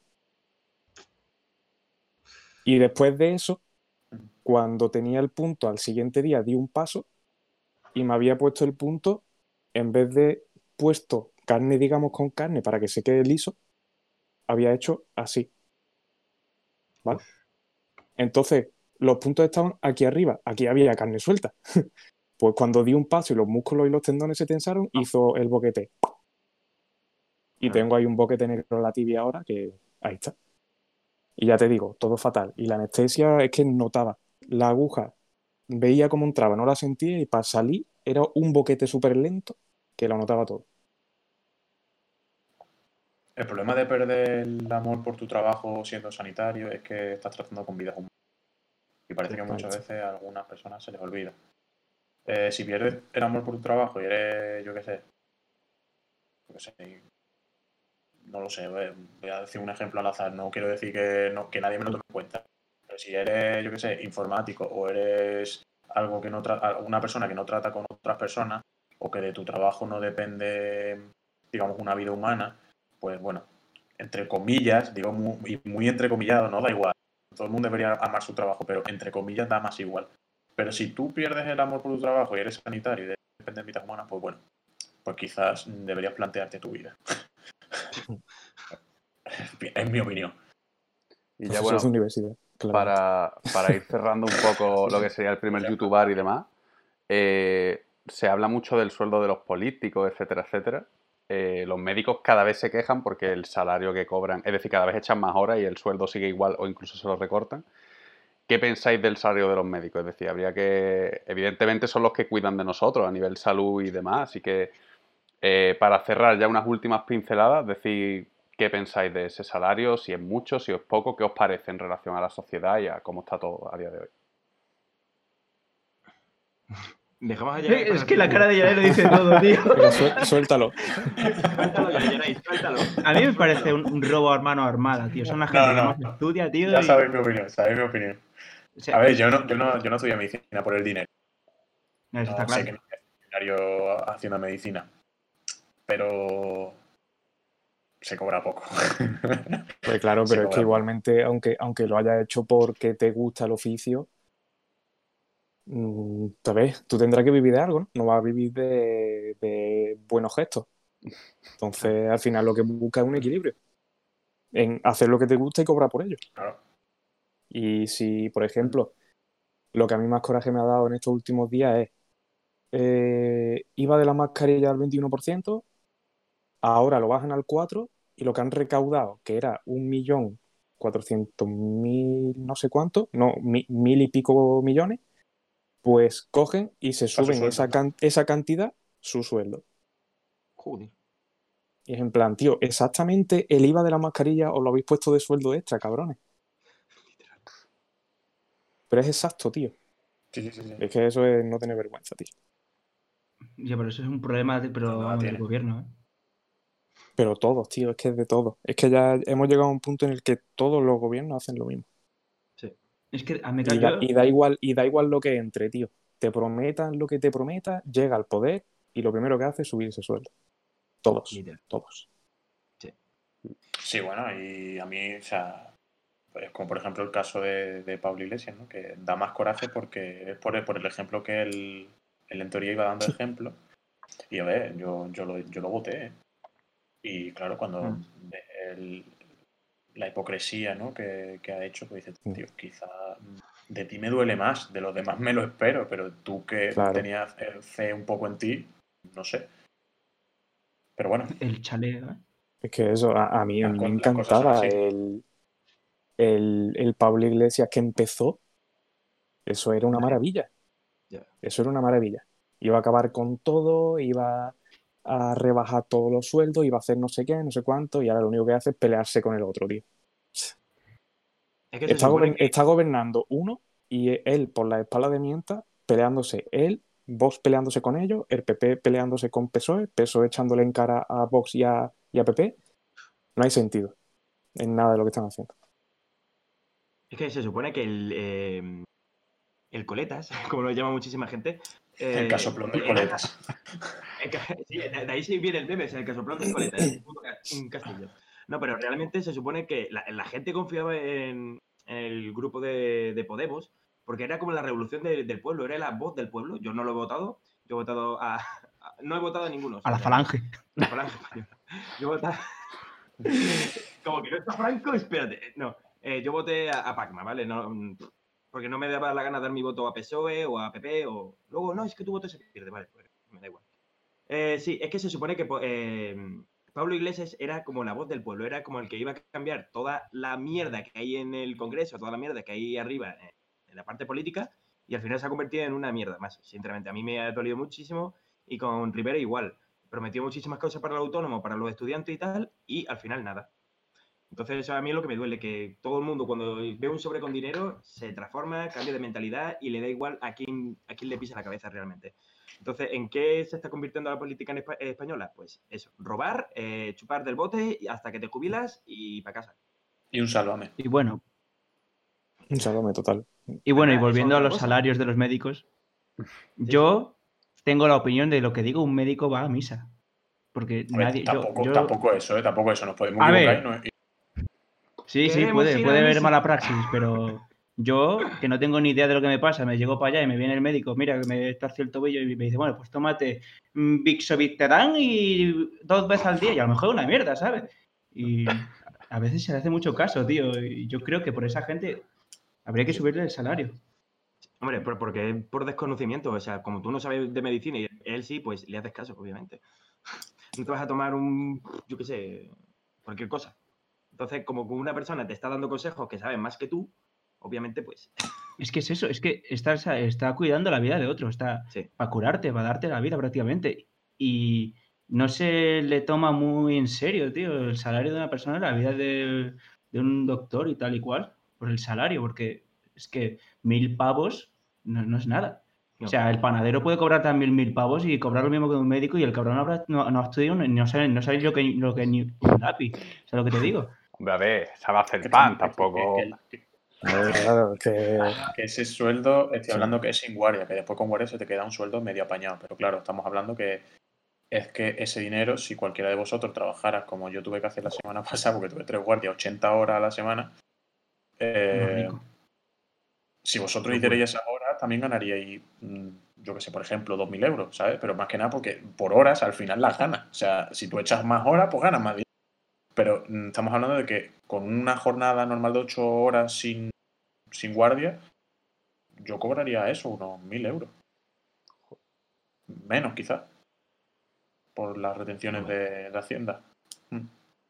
Speaker 4: Y después de eso, cuando tenía el punto al siguiente día, di un paso y me había puesto el punto, en vez de puesto carne, digamos, con carne para que se quede liso, había hecho así. ¿Vale? Entonces, los puntos estaban aquí arriba, aquí había carne suelta. Pues cuando di un paso y los músculos y los tendones se tensaron, hizo el boquete. Y tengo ahí un boquete negro en la tibia ahora que ahí está. Y ya te digo, todo fatal. Y la anestesia es que notaba la aguja, veía cómo entraba, no la sentía y para salir era un boquete súper lento que lo notaba todo.
Speaker 2: El problema de perder el amor por tu trabajo siendo sanitario es que estás tratando con vidas humanas. Y parece que muchas veces a algunas personas se les olvida. Eh, si pierdes el amor por tu trabajo y eres, yo qué sé, yo qué sé, no lo sé, voy a decir un ejemplo al azar, no quiero decir que, no, que nadie me lo tome en cuenta, pero si eres, yo qué sé, informático o eres algo que no tra- una persona que no trata con otras personas o que de tu trabajo no depende, digamos, una vida humana, pues bueno, entre comillas, digo muy, muy entrecomillado, no da igual, todo el mundo debería amar su trabajo, pero entre comillas da más igual. Pero si tú pierdes el amor por tu trabajo y eres sanitario y dependes de vidas humanas, pues bueno, pues quizás deberías plantearte tu vida. Es mi opinión.
Speaker 1: Y ya
Speaker 4: Profesor
Speaker 1: bueno,
Speaker 4: de universidad, claramente.
Speaker 1: para, para ir cerrando un poco lo que sería el primer youtuber y demás, eh, se habla mucho del sueldo de los políticos, etcétera, etcétera. Eh, los médicos cada vez se quejan porque el salario que cobran, es decir, cada vez echan más horas y el sueldo sigue igual o incluso se lo recortan. ¿Qué pensáis del salario de los médicos? Es decir, habría que... Evidentemente son los que cuidan de nosotros a nivel salud y demás, así que eh, para cerrar ya unas últimas pinceladas, decir qué pensáis de ese salario, si es mucho, si es poco, qué os parece en relación a la sociedad y a cómo está todo a día de hoy.
Speaker 6: Dejamos a Yeray
Speaker 5: Es
Speaker 6: para el
Speaker 5: que la
Speaker 6: futuro.
Speaker 5: cara de Yaray lo dice todo, tío.
Speaker 4: Venga, suel- suéltalo.
Speaker 6: Suéltalo ya, Yeray, suéltalo.
Speaker 5: A mí me parece un, un robo a mano armada, tío. Son la gente
Speaker 2: No,
Speaker 5: que
Speaker 2: no.
Speaker 5: más estudia, tío.
Speaker 2: Ya
Speaker 5: y-
Speaker 2: sabéis mi opinión, sabéis mi opinión.
Speaker 5: o sea,
Speaker 2: A ver, yo no, yo no, yo no estudié medicina por el dinero.
Speaker 5: eso está
Speaker 2: No sé
Speaker 5: claro.
Speaker 2: que no es necesario haciendo medicina. Pero se cobra poco.
Speaker 4: Pues claro,
Speaker 2: Se
Speaker 4: pero es que
Speaker 2: cobra
Speaker 4: igualmente, aunque, aunque lo hayas hecho porque te gusta el oficio, mm, ¿sabes? Tú tendrás que vivir de algo, ¿no? No vas a vivir de, de buenos gestos. Entonces, al final lo que buscas es un equilibrio en hacer lo que te gusta y cobrar por ello.
Speaker 2: Claro.
Speaker 4: Y si, por ejemplo, lo que a mí más coraje me ha dado en estos últimos días es eh, iba de la mascarilla al veintiuno por ciento, ahora lo bajan al cuatro por ciento y lo que han recaudado, que era un millón cuatrocientos mil no sé cuánto, no, mi- mil y pico millones, pues cogen y se
Speaker 2: Para su
Speaker 4: suben
Speaker 2: sueldo,
Speaker 4: esa,
Speaker 2: ¿no?
Speaker 4: can- esa cantidad su sueldo.
Speaker 6: Joder.
Speaker 4: Y es en plan, tío, exactamente el I V A de la mascarilla os lo habéis puesto de sueldo extra, cabrones. Pero es exacto, tío.
Speaker 2: Sí, sí, sí, sí.
Speaker 4: Es que eso es no tener vergüenza, tío.
Speaker 5: Ya, pero eso es un problema de- pero,
Speaker 2: ¿Dónde la
Speaker 5: vamos, del
Speaker 2: tiene?
Speaker 5: gobierno, ¿eh?
Speaker 4: Pero todos, tío, es que es de todo. Es que ya hemos llegado a un punto en el que todos los gobiernos hacen lo mismo.
Speaker 6: Sí.
Speaker 5: Es que a mí
Speaker 4: Y da,
Speaker 5: yo,
Speaker 4: y da igual, y da igual lo que entre, tío. Te prometan lo que te prometan, llega al poder y lo primero que hace es subir ese sueldo. Todos,
Speaker 6: Literal.
Speaker 4: todos.
Speaker 2: Sí, bueno, y a mí, o sea, pues como por ejemplo el caso de, de Pablo Iglesias, ¿no? Que da más coraje porque es por el, por el ejemplo que él, él en teoría iba dando ejemplo. Y a ver, yo, yo, lo, yo lo voté, ¿eh? Y claro, cuando
Speaker 5: Mm.
Speaker 2: ves el- la hipocresía, ¿no? que, que ha hecho, pues dices,
Speaker 4: Mm.
Speaker 2: tío, quizá de ti me duele más, de los demás me lo espero, pero tú que
Speaker 4: Claro.
Speaker 2: tenías eh, fe un poco en ti, no sé. Pero bueno,
Speaker 5: el chaleo, ¿eh?
Speaker 4: Es que eso, a, a mí, a
Speaker 2: Las
Speaker 4: mí
Speaker 2: co-
Speaker 4: me
Speaker 2: las cosas son
Speaker 4: encantaba
Speaker 2: así.
Speaker 4: el, el, el Pablo Iglesias que empezó. Eso era una maravilla.
Speaker 6: Ya.
Speaker 4: Eso era una maravilla. Iba a acabar con todo, iba a rebajar todos los sueldos, iba a hacer no sé qué, no sé cuánto, y ahora lo único que hace es pelearse con el otro, tío.
Speaker 6: Es que se
Speaker 4: Está,
Speaker 6: supone
Speaker 4: gobern-
Speaker 6: que...
Speaker 4: está gobernando uno y él por la espalda de Mienta peleándose él, Vox peleándose con ellos, el P P peleándose con P S O E, P S O E echándole en cara a Vox y a, y a P P. No hay sentido en nada de lo que están haciendo.
Speaker 6: Es que se supone que el, eh, el coletas, como lo llama muchísima gente...
Speaker 2: el
Speaker 6: eh,
Speaker 2: casoplón del
Speaker 6: era-
Speaker 2: coletas.
Speaker 6: el ca- sí, de, de ahí sí viene el meme, es el casoplón del coletas, es un puto ca- un castillo. No, pero realmente se supone que la, la gente confiaba en, en el grupo de, de Podemos porque era como la revolución de- del pueblo, era la voz del pueblo. Yo no lo he votado, yo he votado a... a- no he votado a ninguno. o sea,
Speaker 5: A la
Speaker 6: ya-
Speaker 5: falange.
Speaker 6: La falange española. Yo voté... Como que no está Franco, espérate. No, eh, yo voté a, a Pacma, ¿vale? No, mm, porque no me daba la gana dar mi voto a P S O E o a P P o... Luego, no, es que tu voto se pierde, vale, pues me da igual. Eh, sí, es que se supone que po- eh, Pablo Iglesias era como la voz del pueblo, era como el que iba a cambiar toda la mierda que hay en el Congreso, toda la mierda que hay arriba eh, en la parte política, y al final se ha convertido en una mierda más. Sinceramente, a mí me ha dolido muchísimo y con Rivera igual. Prometió muchísimas cosas para el autónomo, para los estudiantes y tal, y al final nada. Entonces eso a mí es lo que me duele, que todo el mundo cuando ve un sobre con dinero se transforma, cambia de mentalidad y le da igual a quién, a quién le pisa la cabeza realmente. Entonces, ¿en qué se está convirtiendo la política en espa- española? Pues eso, robar, eh, chupar del bote y hasta que te jubilas y para casa.
Speaker 2: Y un sálvame.
Speaker 5: Y bueno,
Speaker 4: Un salome total.
Speaker 5: y bueno, y
Speaker 6: ¿Verdad?
Speaker 5: volviendo
Speaker 6: Eso
Speaker 5: a
Speaker 6: es otra
Speaker 5: los
Speaker 6: cosa.
Speaker 5: salarios de los médicos, yo tengo la opinión de lo que digo, un médico va a misa. Porque
Speaker 2: A ver,
Speaker 5: nadie. Yo,
Speaker 2: tampoco,
Speaker 5: yo-
Speaker 2: tampoco eso, ¿eh? Tampoco eso. Nos podemos
Speaker 5: A
Speaker 2: equivocar
Speaker 5: ver.
Speaker 2: y no- y-
Speaker 5: Sí, sí,
Speaker 6: Queremos
Speaker 5: puede,
Speaker 6: ir
Speaker 5: puede
Speaker 6: a
Speaker 5: haber
Speaker 6: misa.
Speaker 5: mala praxis, pero Yo, que no tengo ni idea de lo que me pasa, me llego para allá y me viene el médico, mira, que me torció el tobillo y me dice, bueno, pues tómate mm, Bixovictadán y dos veces al día, y a lo mejor es una mierda, ¿sabes? Y a veces se le hace mucho caso, tío, y yo creo que por esa gente habría que subirle el salario.
Speaker 6: Hombre, por, porque es por desconocimiento. O sea, como tú no sabes de medicina y él sí, pues le haces caso, obviamente. No te vas a tomar un, yo qué sé, cualquier cosa. Entonces, como una persona te está dando consejos que saben más que tú, obviamente, pues...
Speaker 5: Es que es eso, es que está, está cuidando la vida de otro, está
Speaker 6: Sí.
Speaker 5: para curarte, para darte la vida prácticamente. Y no se le toma muy en serio, tío, el salario de una persona, la vida de, de un doctor y tal y cual, por el salario, porque es que mil pavos no, no es nada.
Speaker 6: No.
Speaker 5: O sea, el panadero puede cobrar también mil pavos y cobrar lo mismo que un médico y el cabrón habrá, no, no ha estudiado, no sabe, no sabe lo que, lo que ni un lápiz. ¿Sabes lo que te digo?
Speaker 1: Hombre, a ver, sabe hacer
Speaker 2: Que
Speaker 1: pan,
Speaker 2: tam- que-
Speaker 1: tampoco.
Speaker 2: que- que- que-
Speaker 4: Claro, que...
Speaker 2: que ese sueldo, estoy
Speaker 4: Sí.
Speaker 2: hablando que es sin guardia, que después con guardia se te queda un sueldo medio apañado. Pero claro, estamos hablando que es que ese dinero, si cualquiera de vosotros trabajara como yo tuve que hacer la semana pasada, porque tuve tres guardias, ochenta horas a la semana, eh,
Speaker 5: rico.
Speaker 2: si vosotros
Speaker 5: Locura.
Speaker 2: hicierais esas horas, también ganaríais, mm, yo que sé, por ejemplo, dos mil euros, ¿sabes? Pero más que nada porque por horas al final las ganas. O sea, si tú echas más horas, pues ganas más dinero. Pero mm, estamos hablando de que con una jornada normal de ocho horas sin, sin guardia, yo cobraría eso, unos mil euros. Menos, quizás. Por las retenciones de, de Hacienda. Mm.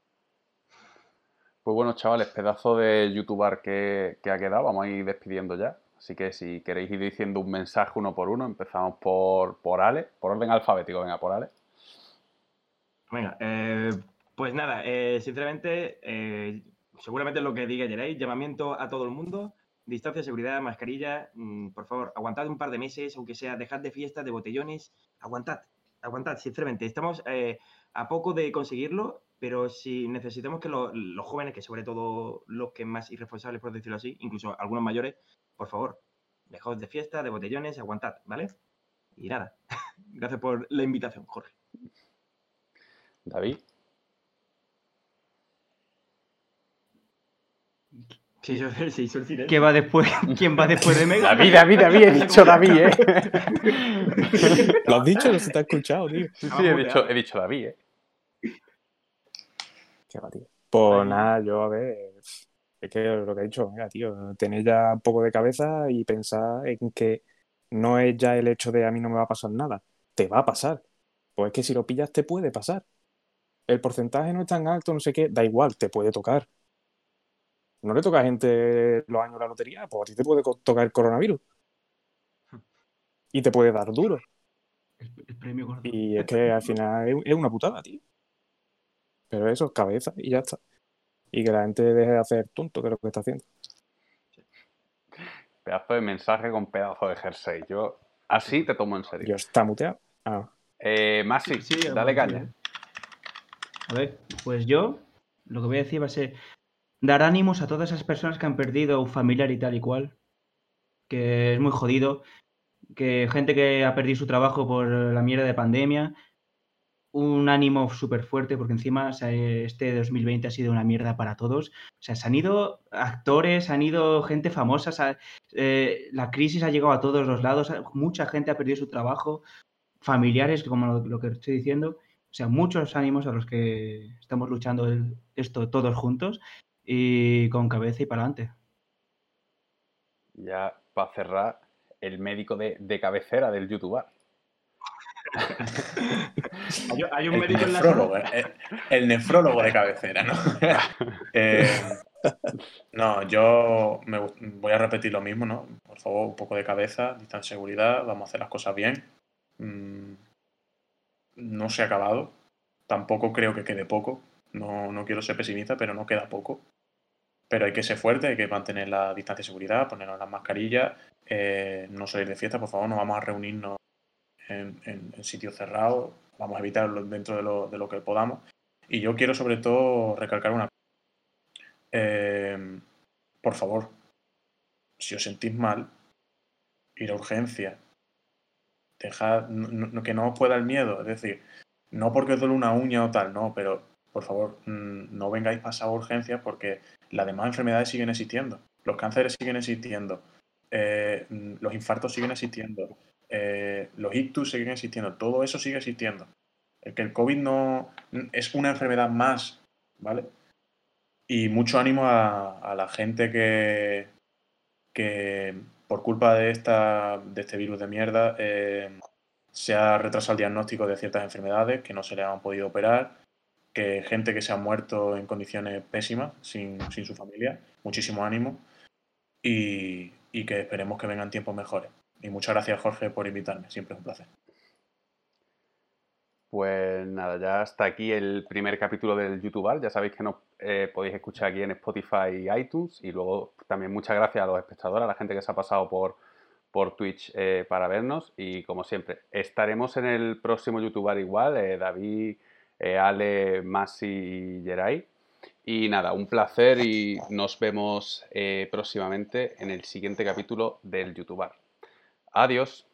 Speaker 1: Pues bueno, chavales, pedazo de youtuber que, que ha quedado, vamos a ir despidiendo ya. Así que si queréis ir diciendo un mensaje uno por uno, empezamos por, por Ale, por orden alfabético, venga, por Ale.
Speaker 6: Venga, eh, pues nada, eh, sinceramente, eh, seguramente lo que diga Geray, llamamiento a todo el mundo, distancia, seguridad, mascarilla, mmm, por favor, aguantad un par de meses, aunque sea, dejad de fiestas, de botellones, aguantad, aguantad, sinceramente, estamos eh, a poco de conseguirlo, pero si necesitamos que lo, los jóvenes, que sobre todo los que más irresponsables, por decirlo así, incluso algunos mayores, por favor, dejaos de fiesta, de botellones, aguantad, ¿vale? Y nada, gracias por la invitación, Jorge.
Speaker 1: David.
Speaker 6: Se hizo, se hizo el silencio.
Speaker 5: ¿Qué va después? ¿Quién va después de Mega?
Speaker 1: David, David, David, he dicho David, ¿eh?
Speaker 4: ¿Lo has dicho? No se te ha escuchado, tío.
Speaker 1: Sí, sí, he dicho, he dicho David, ¿eh?
Speaker 4: Qué va, tío. Pues
Speaker 6: Ay.
Speaker 4: nada, yo a ver, es que lo que he dicho, venga, tío, tener ya un poco de cabeza y pensar en que no es ya el hecho de a mí no me va a pasar nada, te va a pasar. Pues es que si lo pillas te puede pasar. El porcentaje no es tan alto, no sé qué, da igual, te puede tocar. ¿No le toca a gente los años la lotería? Pues a ti te puede co- tocar el coronavirus. Y te puede dar duro.
Speaker 5: El, el premio gordo.
Speaker 4: Y es que al final es, es una putada, tío. Pero eso, cabeza y ya está. Y que la gente deje de hacer tonto, que es lo que está haciendo.
Speaker 1: Pedazo de mensaje con pedazo de jersey. Yo así te tomo en serio.
Speaker 4: Yo está muteado. Ah,
Speaker 1: Eh, Masi,
Speaker 5: Sí, sí,
Speaker 1: dale
Speaker 5: sí,
Speaker 1: caña.
Speaker 5: ¿eh? A ver, pues yo lo que voy a decir va a ser dar ánimos a todas esas personas que han perdido un familiar y tal y cual, que es muy jodido, que gente que ha perdido su trabajo por la mierda de pandemia, un ánimo súper fuerte porque encima o sea, este dos mil veinte ha sido una mierda para todos. O sea, se han ido actores, han ido gente famosa, se- eh, la crisis ha llegado a todos los lados, mucha gente ha perdido su trabajo, familiares, como lo, lo que estoy diciendo. O sea, muchos ánimos a los que estamos luchando el- esto todos juntos y con cabeza y para adelante.
Speaker 1: Ya para cerrar, el médico de, de cabecera del youtuber.
Speaker 6: Hay, hay un
Speaker 2: El
Speaker 6: médico en la
Speaker 2: nefrólogo,
Speaker 6: sala.
Speaker 2: eh, el nefrólogo de cabecera, ¿no? Eh, no, yo me gu- voy a repetir lo mismo, ¿no? Por favor, un poco de cabeza, distancia de seguridad, vamos a hacer las cosas bien. Mm, no se ha acabado, tampoco creo que quede poco, no, no quiero ser pesimista, pero no queda poco. Pero hay que ser fuerte, hay que mantener la distancia de seguridad, ponernos las mascarillas, eh, no salir de fiesta, por favor, no vamos a reunirnos en, en, en sitios cerrados, vamos a evitarlo dentro de lo, de lo que podamos. Y yo quiero sobre todo recalcar una cosa. Eh, por favor, si os sentís mal, ir a urgencia. Dejad, no, no, que no os pueda el miedo, es decir, no porque os duele una uña o tal, no, pero por favor, mmm, no vengáis pasado a urgencias porque las demás enfermedades siguen existiendo. los cánceres siguen existiendo, eh, los infartos siguen existiendo, eh, los ictus siguen existiendo, todo eso sigue existiendo. El que el COVID no es una enfermedad más, ¿vale? Y mucho ánimo a, a la gente que, que por culpa de, esta, de este virus de mierda eh, se ha retrasado el diagnóstico de ciertas enfermedades que no se le han podido operar, que gente que se ha muerto en condiciones pésimas, sin, sin su familia. Muchísimo ánimo y, y que esperemos que vengan tiempos mejores. Y muchas gracias, Jorge, por invitarme. Siempre es un placer.
Speaker 1: Pues nada, ya hasta aquí el primer capítulo del YouTuber. Ya sabéis que nos eh, podéis escuchar aquí en Spotify y iTunes. Y luego también muchas gracias a los espectadores, a la gente que se ha pasado por, por Twitch eh, para vernos. Y como siempre, estaremos en el próximo YouTuber igual. Eh, David, eh, Ale, Masi y Geray. Y nada, un placer y nos vemos eh, próximamente en el siguiente capítulo del YouTuber. Adiós.